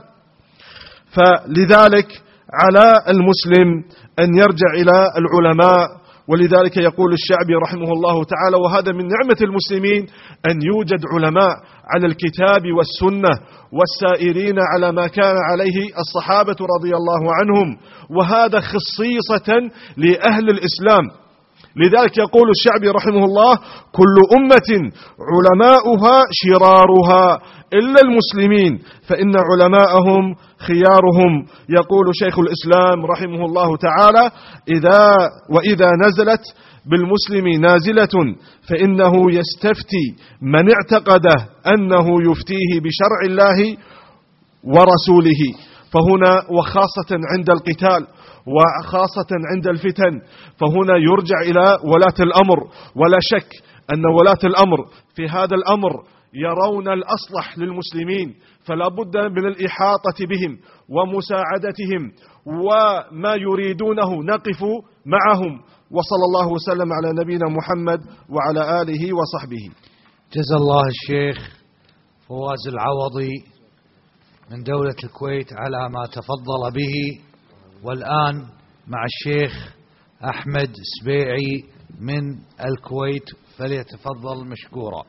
فلذلك على المسلم أن يرجع إلى العلماء. ولذلك يقول الشعبي رحمه الله تعالى: وهذا من نعمة المسلمين أن يوجد علماء على الكتاب والسنة والسائرين على ما كان عليه الصحابة رضي الله عنهم، وهذا خصيصة لأهل الإسلام، لذلك يقول الشعبي رحمه الله: كل أمة علماؤها شرارها إلا المسلمين فإن علماءهم خيارهم. يقول شيخ الإسلام رحمه الله تعالى: وإذا نزلت بالمسلم نازلة فإنه يستفتي من اعتقده أنه يفتيه بشرع الله ورسوله. فهنا وخاصة عند القتال وخاصة عند الفتن فهنا يرجع إلى ولاة الأمر، ولا شك أن ولاة الأمر في هذا الأمر يرون الأصلح للمسلمين، فلا بد من الإحاطة بهم ومساعدتهم، وما يريدونه نقف معهم. وصلى الله وسلم على نبينا محمد وعلى آله وصحبه. جزا الله الشيخ فواز العوضي من دولة الكويت على ما تفضل به. والآن مع الشيخ أحمد سبيعي من الكويت، فليتفضل مشكورا.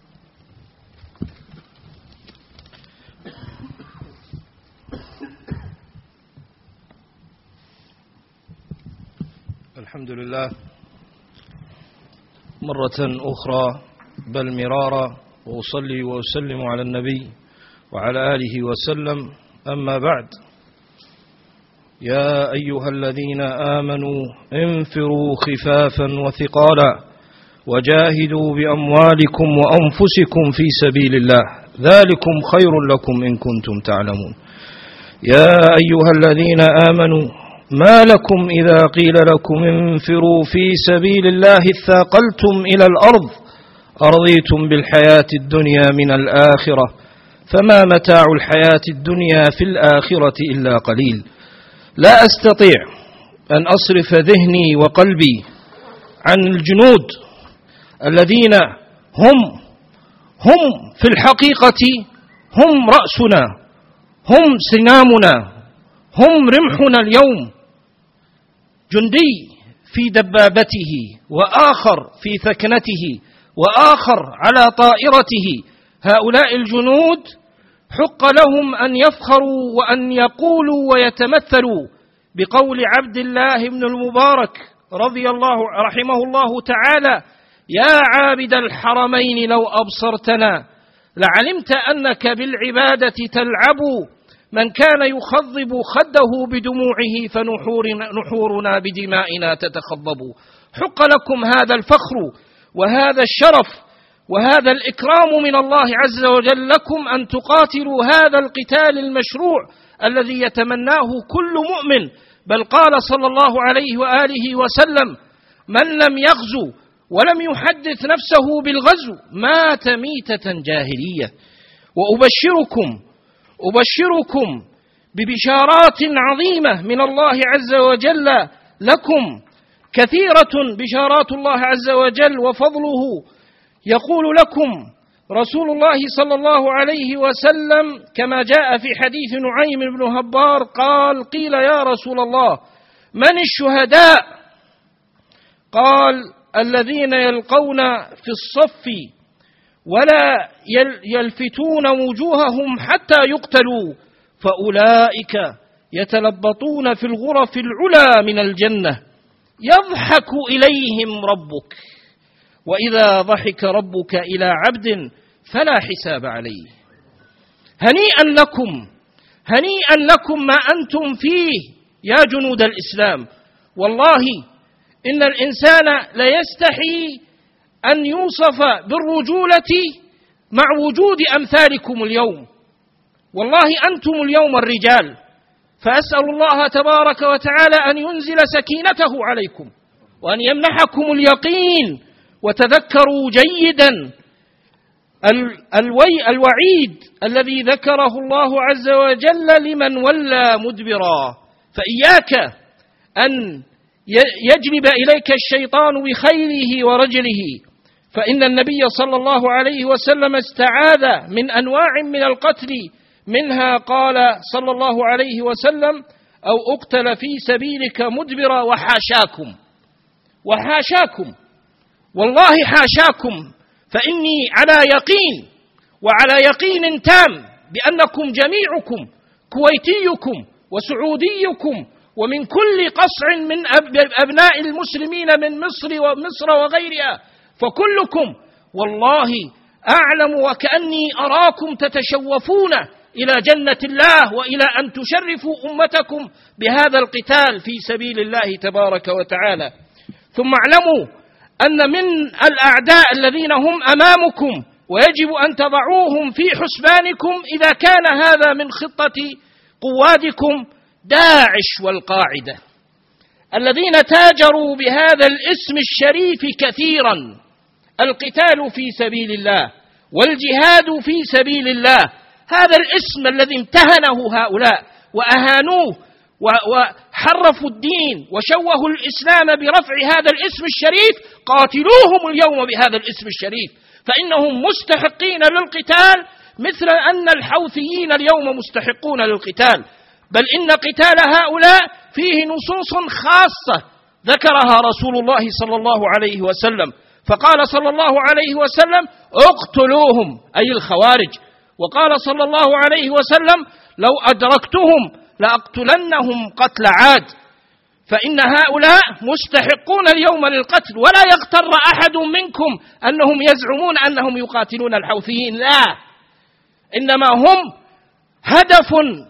الحمد لله مرة أخرى بل مرارا، وأصلي وأسلم على النبي وعلى آله وسلم. أما بعد، يا أيها الذين آمنوا انفروا خفافا وثقالا وجاهدوا بأموالكم وأنفسكم في سبيل الله ذلكم خير لكم إن كنتم تعلمون. يا أيها الذين آمنوا ما لكم إذا قيل لكم انفروا في سبيل الله اثاقلتم إلى الأرض أرضيتم بالحياة الدنيا من الآخرة فما متاع الحياة الدنيا في الآخرة إلا قليل. لا أستطيع أن أصرف ذهني وقلبي عن الجنود الذين هم في الحقيقة هم رأسنا، هم سنامنا، هم رمحنا اليوم. جندي في دبابته، وآخر في ثكنته، وآخر على طائرته. هؤلاء الجنود حق لهم أن يفخروا وأن يقولوا ويتمثلوا بقول عبد الله بن المبارك رحمه الله تعالى: يا عابد الحرمين لو أبصرتنا لعلمت أنك بالعبادة تلعب، من كان يخضب خده بدموعه فنحورنا بدمائنا تتخضب. حق لكم هذا الفخر وهذا الشرف وهذا الإكرام من الله عز وجل لكم أن تقاتلوا هذا القتال المشروع الذي يتمناه كل مؤمن. بل قال صلى الله عليه وآله وسلم: من لم يغزو ولم يحدث نفسه بالغزو مات ميتة جاهلية. وأبشركم ببشارات عظيمة من الله عز وجل لكم، كثيرة بشارات الله عز وجل وفضله. يقول لكم رسول الله صلى الله عليه وسلم كما جاء في حديث نعيم بن هبار قال: قيل يا رسول الله من الشهداء؟ قال: الذين يلقون في الصف ولا يلفتون وجوههم حتى يقتلوا، فأولئك يتلبطون في الغرف العلى من الجنة يضحك إليهم ربك، وإذا ضحك ربك إلى عبد فلا حساب عليه. هنيئا لكم ما أنتم فيه يا جنود الإسلام. والله إن الإنسان ليستحي أن يوصف بالرجولة مع وجود أمثالكم اليوم. والله أنتم اليوم الرجال، فأسأل الله تبارك وتعالى أن ينزل سكينته عليكم وأن يمنحكم اليقين. وتذكروا جيدا الوعيد الذي ذكره الله عز وجل لمن ولى مدبرا، فإياك أن يجلب إليك الشيطان بخيله ورجله، فإن النبي صلى الله عليه وسلم استعاذ من أنواع من القتل، منها قال صلى الله عليه وسلم: أو أقتل في سبيلك مدبرا وحاشاكم والله حاشاكم، فإني على يقين وعلى يقين تام بأنكم جميعكم كويتيكم وسعوديكم ومن كل قصع من أبناء المسلمين من مصر وغيرها، فكلكم والله أعلم وكأني أراكم تتشوفون إلى جنة الله وإلى أن تشرفوا أمتكم بهذا القتال في سبيل الله تبارك وتعالى. ثم اعلموا أن من الأعداء الذين هم أمامكم ويجب أن تضعوهم في حسبانكم إذا كان هذا من خطة قوادكم داعش والقاعدة، الذين تاجروا بهذا الاسم الشريف كثيرا، القتال في سبيل الله والجهاد في سبيل الله. هذا الاسم الذي امتهنه هؤلاء وأهانوه وحرفوا الدين وشوهوا الإسلام برفع هذا الاسم الشريف، قاتلوهم اليوم بهذا الاسم الشريف، فإنهم مستحقين للقتال مثل أن الحوثيين اليوم مستحقون للقتال. بل إن قتال هؤلاء فيه نصوص خاصة ذكرها رسول الله صلى الله عليه وسلم، فقال صلى الله عليه وسلم: اقتلوهم، أي الخوارج. وقال صلى الله عليه وسلم: لو أدركتهم لأقتلنهم قتل عاد. فإن هؤلاء مستحقون اليوم للقتل، ولا يغتر أحد منكم أنهم يزعمون أنهم يقاتلون الحوثيين، لا، إنما هم هدف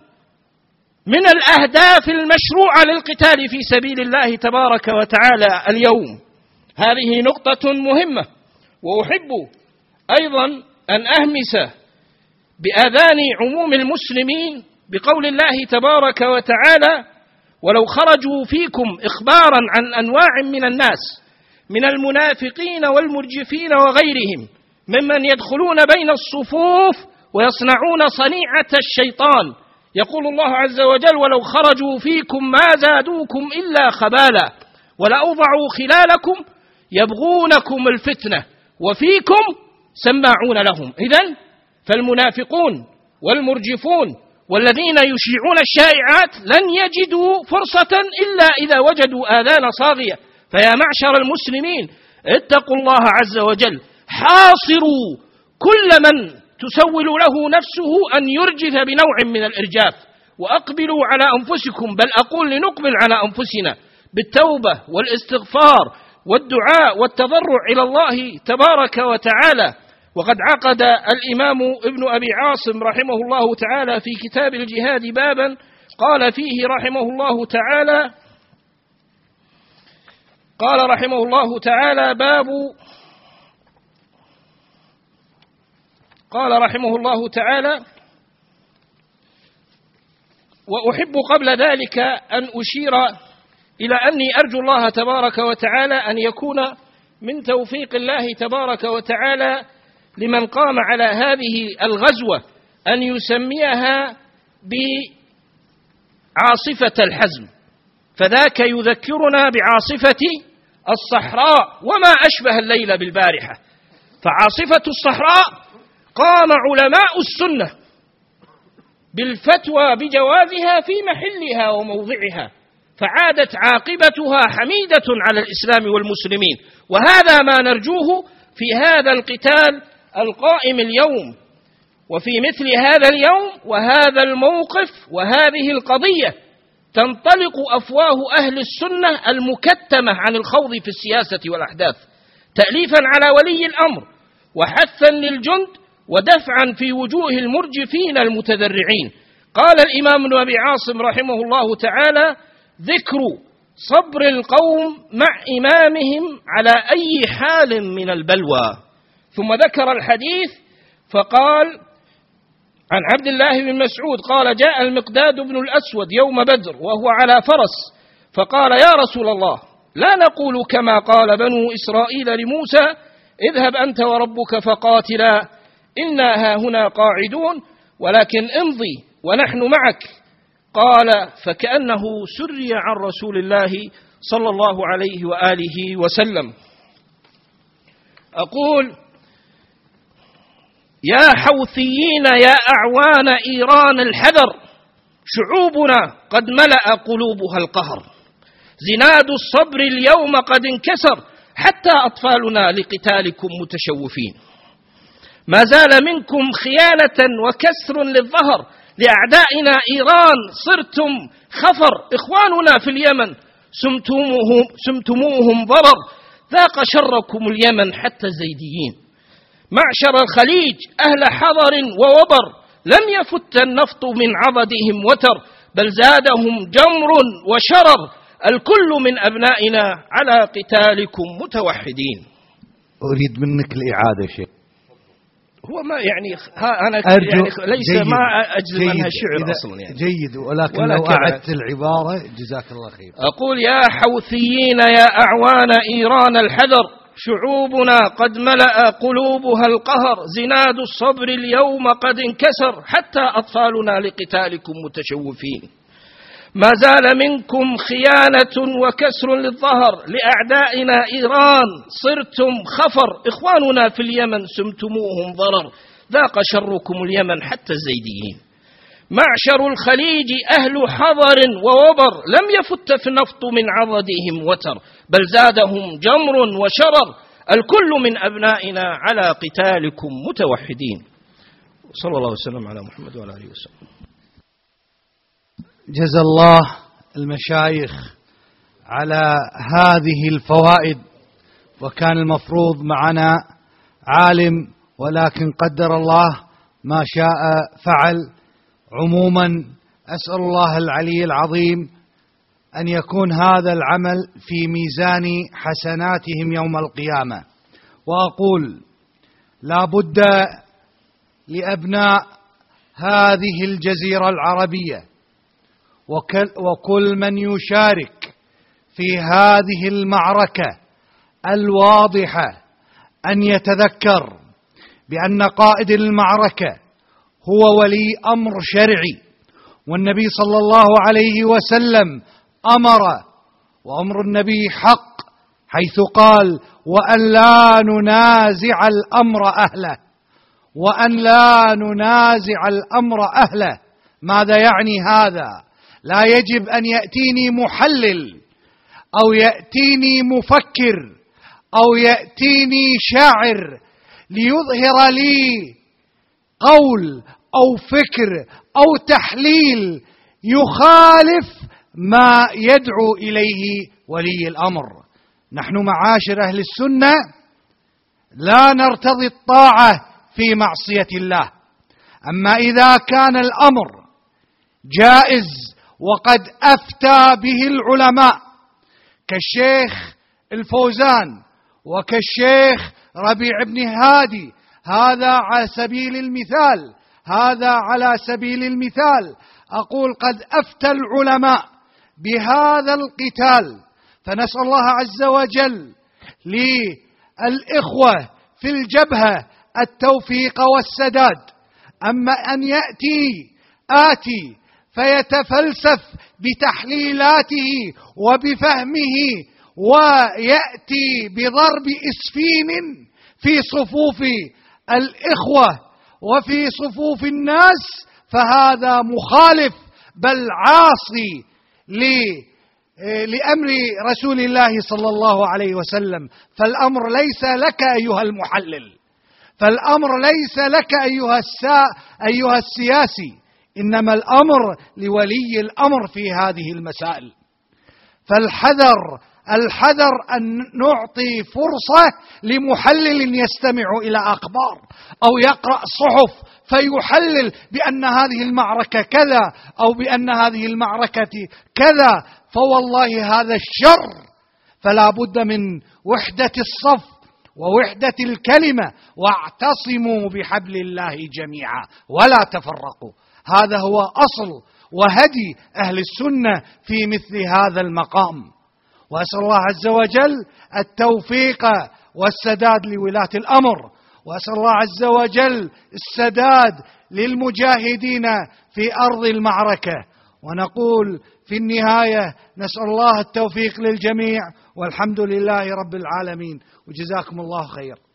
من الأهداف المشروعة للقتال في سبيل الله تبارك وتعالى اليوم. هذه نقطة مهمة. وأحب أيضا أن أهمس بآذان عموم المسلمين بقول الله تبارك وتعالى: ولو خرجوا فيكم إخبارا عن أنواع من الناس من المنافقين والمرجفين وغيرهم ممن يدخلون بين الصفوف ويصنعون صنيعة الشيطان. يقول الله عز وجل: ولو خرجوا فيكم ما زادوكم إلا خبالا ولأوضعوا خلالكم يبغونكم الفتنة وفيكم سماعون لهم. إذن فالمنافقون والمرجفون والذين يشيعون الشائعات لن يجدوا فرصة إلا إذا وجدوا آذان صاغية. فيا معشر المسلمين، اتقوا الله عز وجل، حاصروا كل من تسول له نفسه أن يرجف بنوع من الإرجاف، وأقبلوا على أنفسكم، بل أقول لنقبل على أنفسنا بالتوبة والاستغفار والدعاء والتضرع إلى الله تبارك وتعالى. وقد عقد الإمام ابن أبي عاصم رحمه الله تعالى في كتاب الجهاد بابا قال فيه رحمه الله تعالى: قال رحمه الله تعالى باب قال رحمه الله تعالى: وأحب قبل ذلك أن أشير إلى أني أرجو الله تبارك وتعالى أن يكون من توفيق الله تبارك وتعالى لمن قام على هذه الغزوة أن يسميها بعاصفة الحزم، فذاك يذكرنا بعاصفة الصحراء وما أشبه الليل بالبارحة. فعاصفة الصحراء قام علماء السنة بالفتوى بجوازها في محلها وموضعها، فعادت عاقبتها حميدة على الإسلام والمسلمين. وهذا ما نرجوه في هذا القتال القائم اليوم، وفي مثل هذا اليوم وهذا الموقف وهذه القضية تنطلق أفواه أهل السنة المكتمة عن الخوض في السياسة والأحداث، تأليفا على ولي الأمر وحثا للجند ودفعا في وجوه المرجفين المتذرعين. قال الإمام ابن أبي عاصم رحمه الله تعالى: ذكر صبر القوم مع إمامهم على أي حال من البلوى. ثم ذكر الحديث فقال عن عبد الله بن مسعود قال: جاء المقداد بن الأسود يوم بدر وهو على فرس، فقال: يا رسول الله، لا نقول كما قال بنو إسرائيل لموسى: اذهب أنت وربك فقاتلا إنا هاهنا قاعدون، ولكن امضي ونحن معك. قال: فكأنه سري عن رسول الله صلى الله عليه وآله وسلم. أقول: يا حوثيين يا أعوان إيران الحذر، شعوبنا قد ملأ قلوبها القهر، زناد الصبر اليوم قد انكسر، حتى أطفالنا لقتالكم متشوفين. ما زال منكم خيانة وكسر للظهر، لأعدائنا إيران صرتم خفر، إخواننا في اليمن سمتموهم ضرر، ذاق شركم اليمن حتى الزيديين. معشر الخليج أهل حضر ووبر، لم يفت النفط من عضدهم وتر، بل زادهم جمر وشرر، الكل من أبنائنا على قتالكم متوحدين. أريد منك الإعادة شيء. هو ما يعني أنا يعني ليس ما أجزم أنها شعر أصلا يعني. جيد، ولكن لو أعدت العبارة جزاك الله خير. أقول: يا حوثيين يا أعوان إيران الحذر، شعوبنا قد ملأ قلوبها القهر، زناد الصبر اليوم قد انكسر، حتى أطفالنا لقتالكم متشوفين. ما زال منكم خيانة وكسر للظهر، لأعدائنا إيران صرتم خفر، إخواننا في اليمن سمتموهم ضرر، ذاق شركم اليمن حتى الزيديين. معشر الخليج أهل حضر ووبر، لم يفت في النفط من عضدهم وتر، بل زادهم جمر وشرر، الكل من أبنائنا على قتالكم متوحدين. صلى الله وسلم على محمد وعلى آله وسلم. جزا الله المشايخ على هذه الفوائد، وكان المفروض معنا عالم ولكن قدر الله ما شاء فعل. عموما أسأل الله العلي العظيم أن يكون هذا العمل في ميزان حسناتهم يوم القيامة. وأقول: لا بد لأبناء هذه الجزيرة العربية وكل من يشارك في هذه المعركة الواضحة أن يتذكر بأن قائد المعركة هو ولي أمر شرعي، والنبي صلى الله عليه وسلم أمر، وأمر النبي حق، حيث قال: وأن لا ننازع الأمر أهله، وأن لا ننازع الأمر أهله. ماذا يعني هذا؟ لا يجب أن يأتيني محلل أو يأتيني مفكر أو يأتيني شاعر ليظهر لي قول أو فكر أو تحليل يخالف ما يدعو إليه ولي الأمر. نحن معاشر أهل السنة لا نرتضي الطاعة في معصية الله، أما إذا كان الأمر جائز وقد أفتى به العلماء كالشيخ الفوزان وكالشيخ ربيع بن هادي، هذا على سبيل المثال، أقول قد أفتى العلماء بهذا القتال، فنسأل الله عز وجل للإخوة في الجبهة التوفيق والسداد. أما أن آتي فيتفلسف بتحليلاته وبفهمه ويأتي بضرب إسفين في صفوف الإخوة وفي صفوف الناس، فهذا مخالف بل عاصي لأمر رسول الله صلى الله عليه وسلم. فالأمر ليس لك أيها المحلل، فالأمر ليس لك أيها السياسي، إنما الأمر لولي الأمر في هذه المسائل. فالحذر أن نعطي فرصة لمحلل يستمع إلى أخبار أو يقرأ صحف فيحلل بأن هذه المعركة كذا أو بأن هذه المعركة كذا، فوالله هذا الشر. فلا بد من وحدة الصف ووحدة الكلمة، واعتصموا بحبل الله جميعا ولا تفرقوا. هذا هو أصل وهدي أهل السنة في مثل هذا المقام. وأسأل الله عز وجل التوفيق والسداد لولاة الأمر، وأسأل الله عز وجل السداد للمجاهدين في أرض المعركة. ونقول في النهاية: نسأل الله التوفيق للجميع، والحمد لله رب العالمين، وجزاكم الله خير.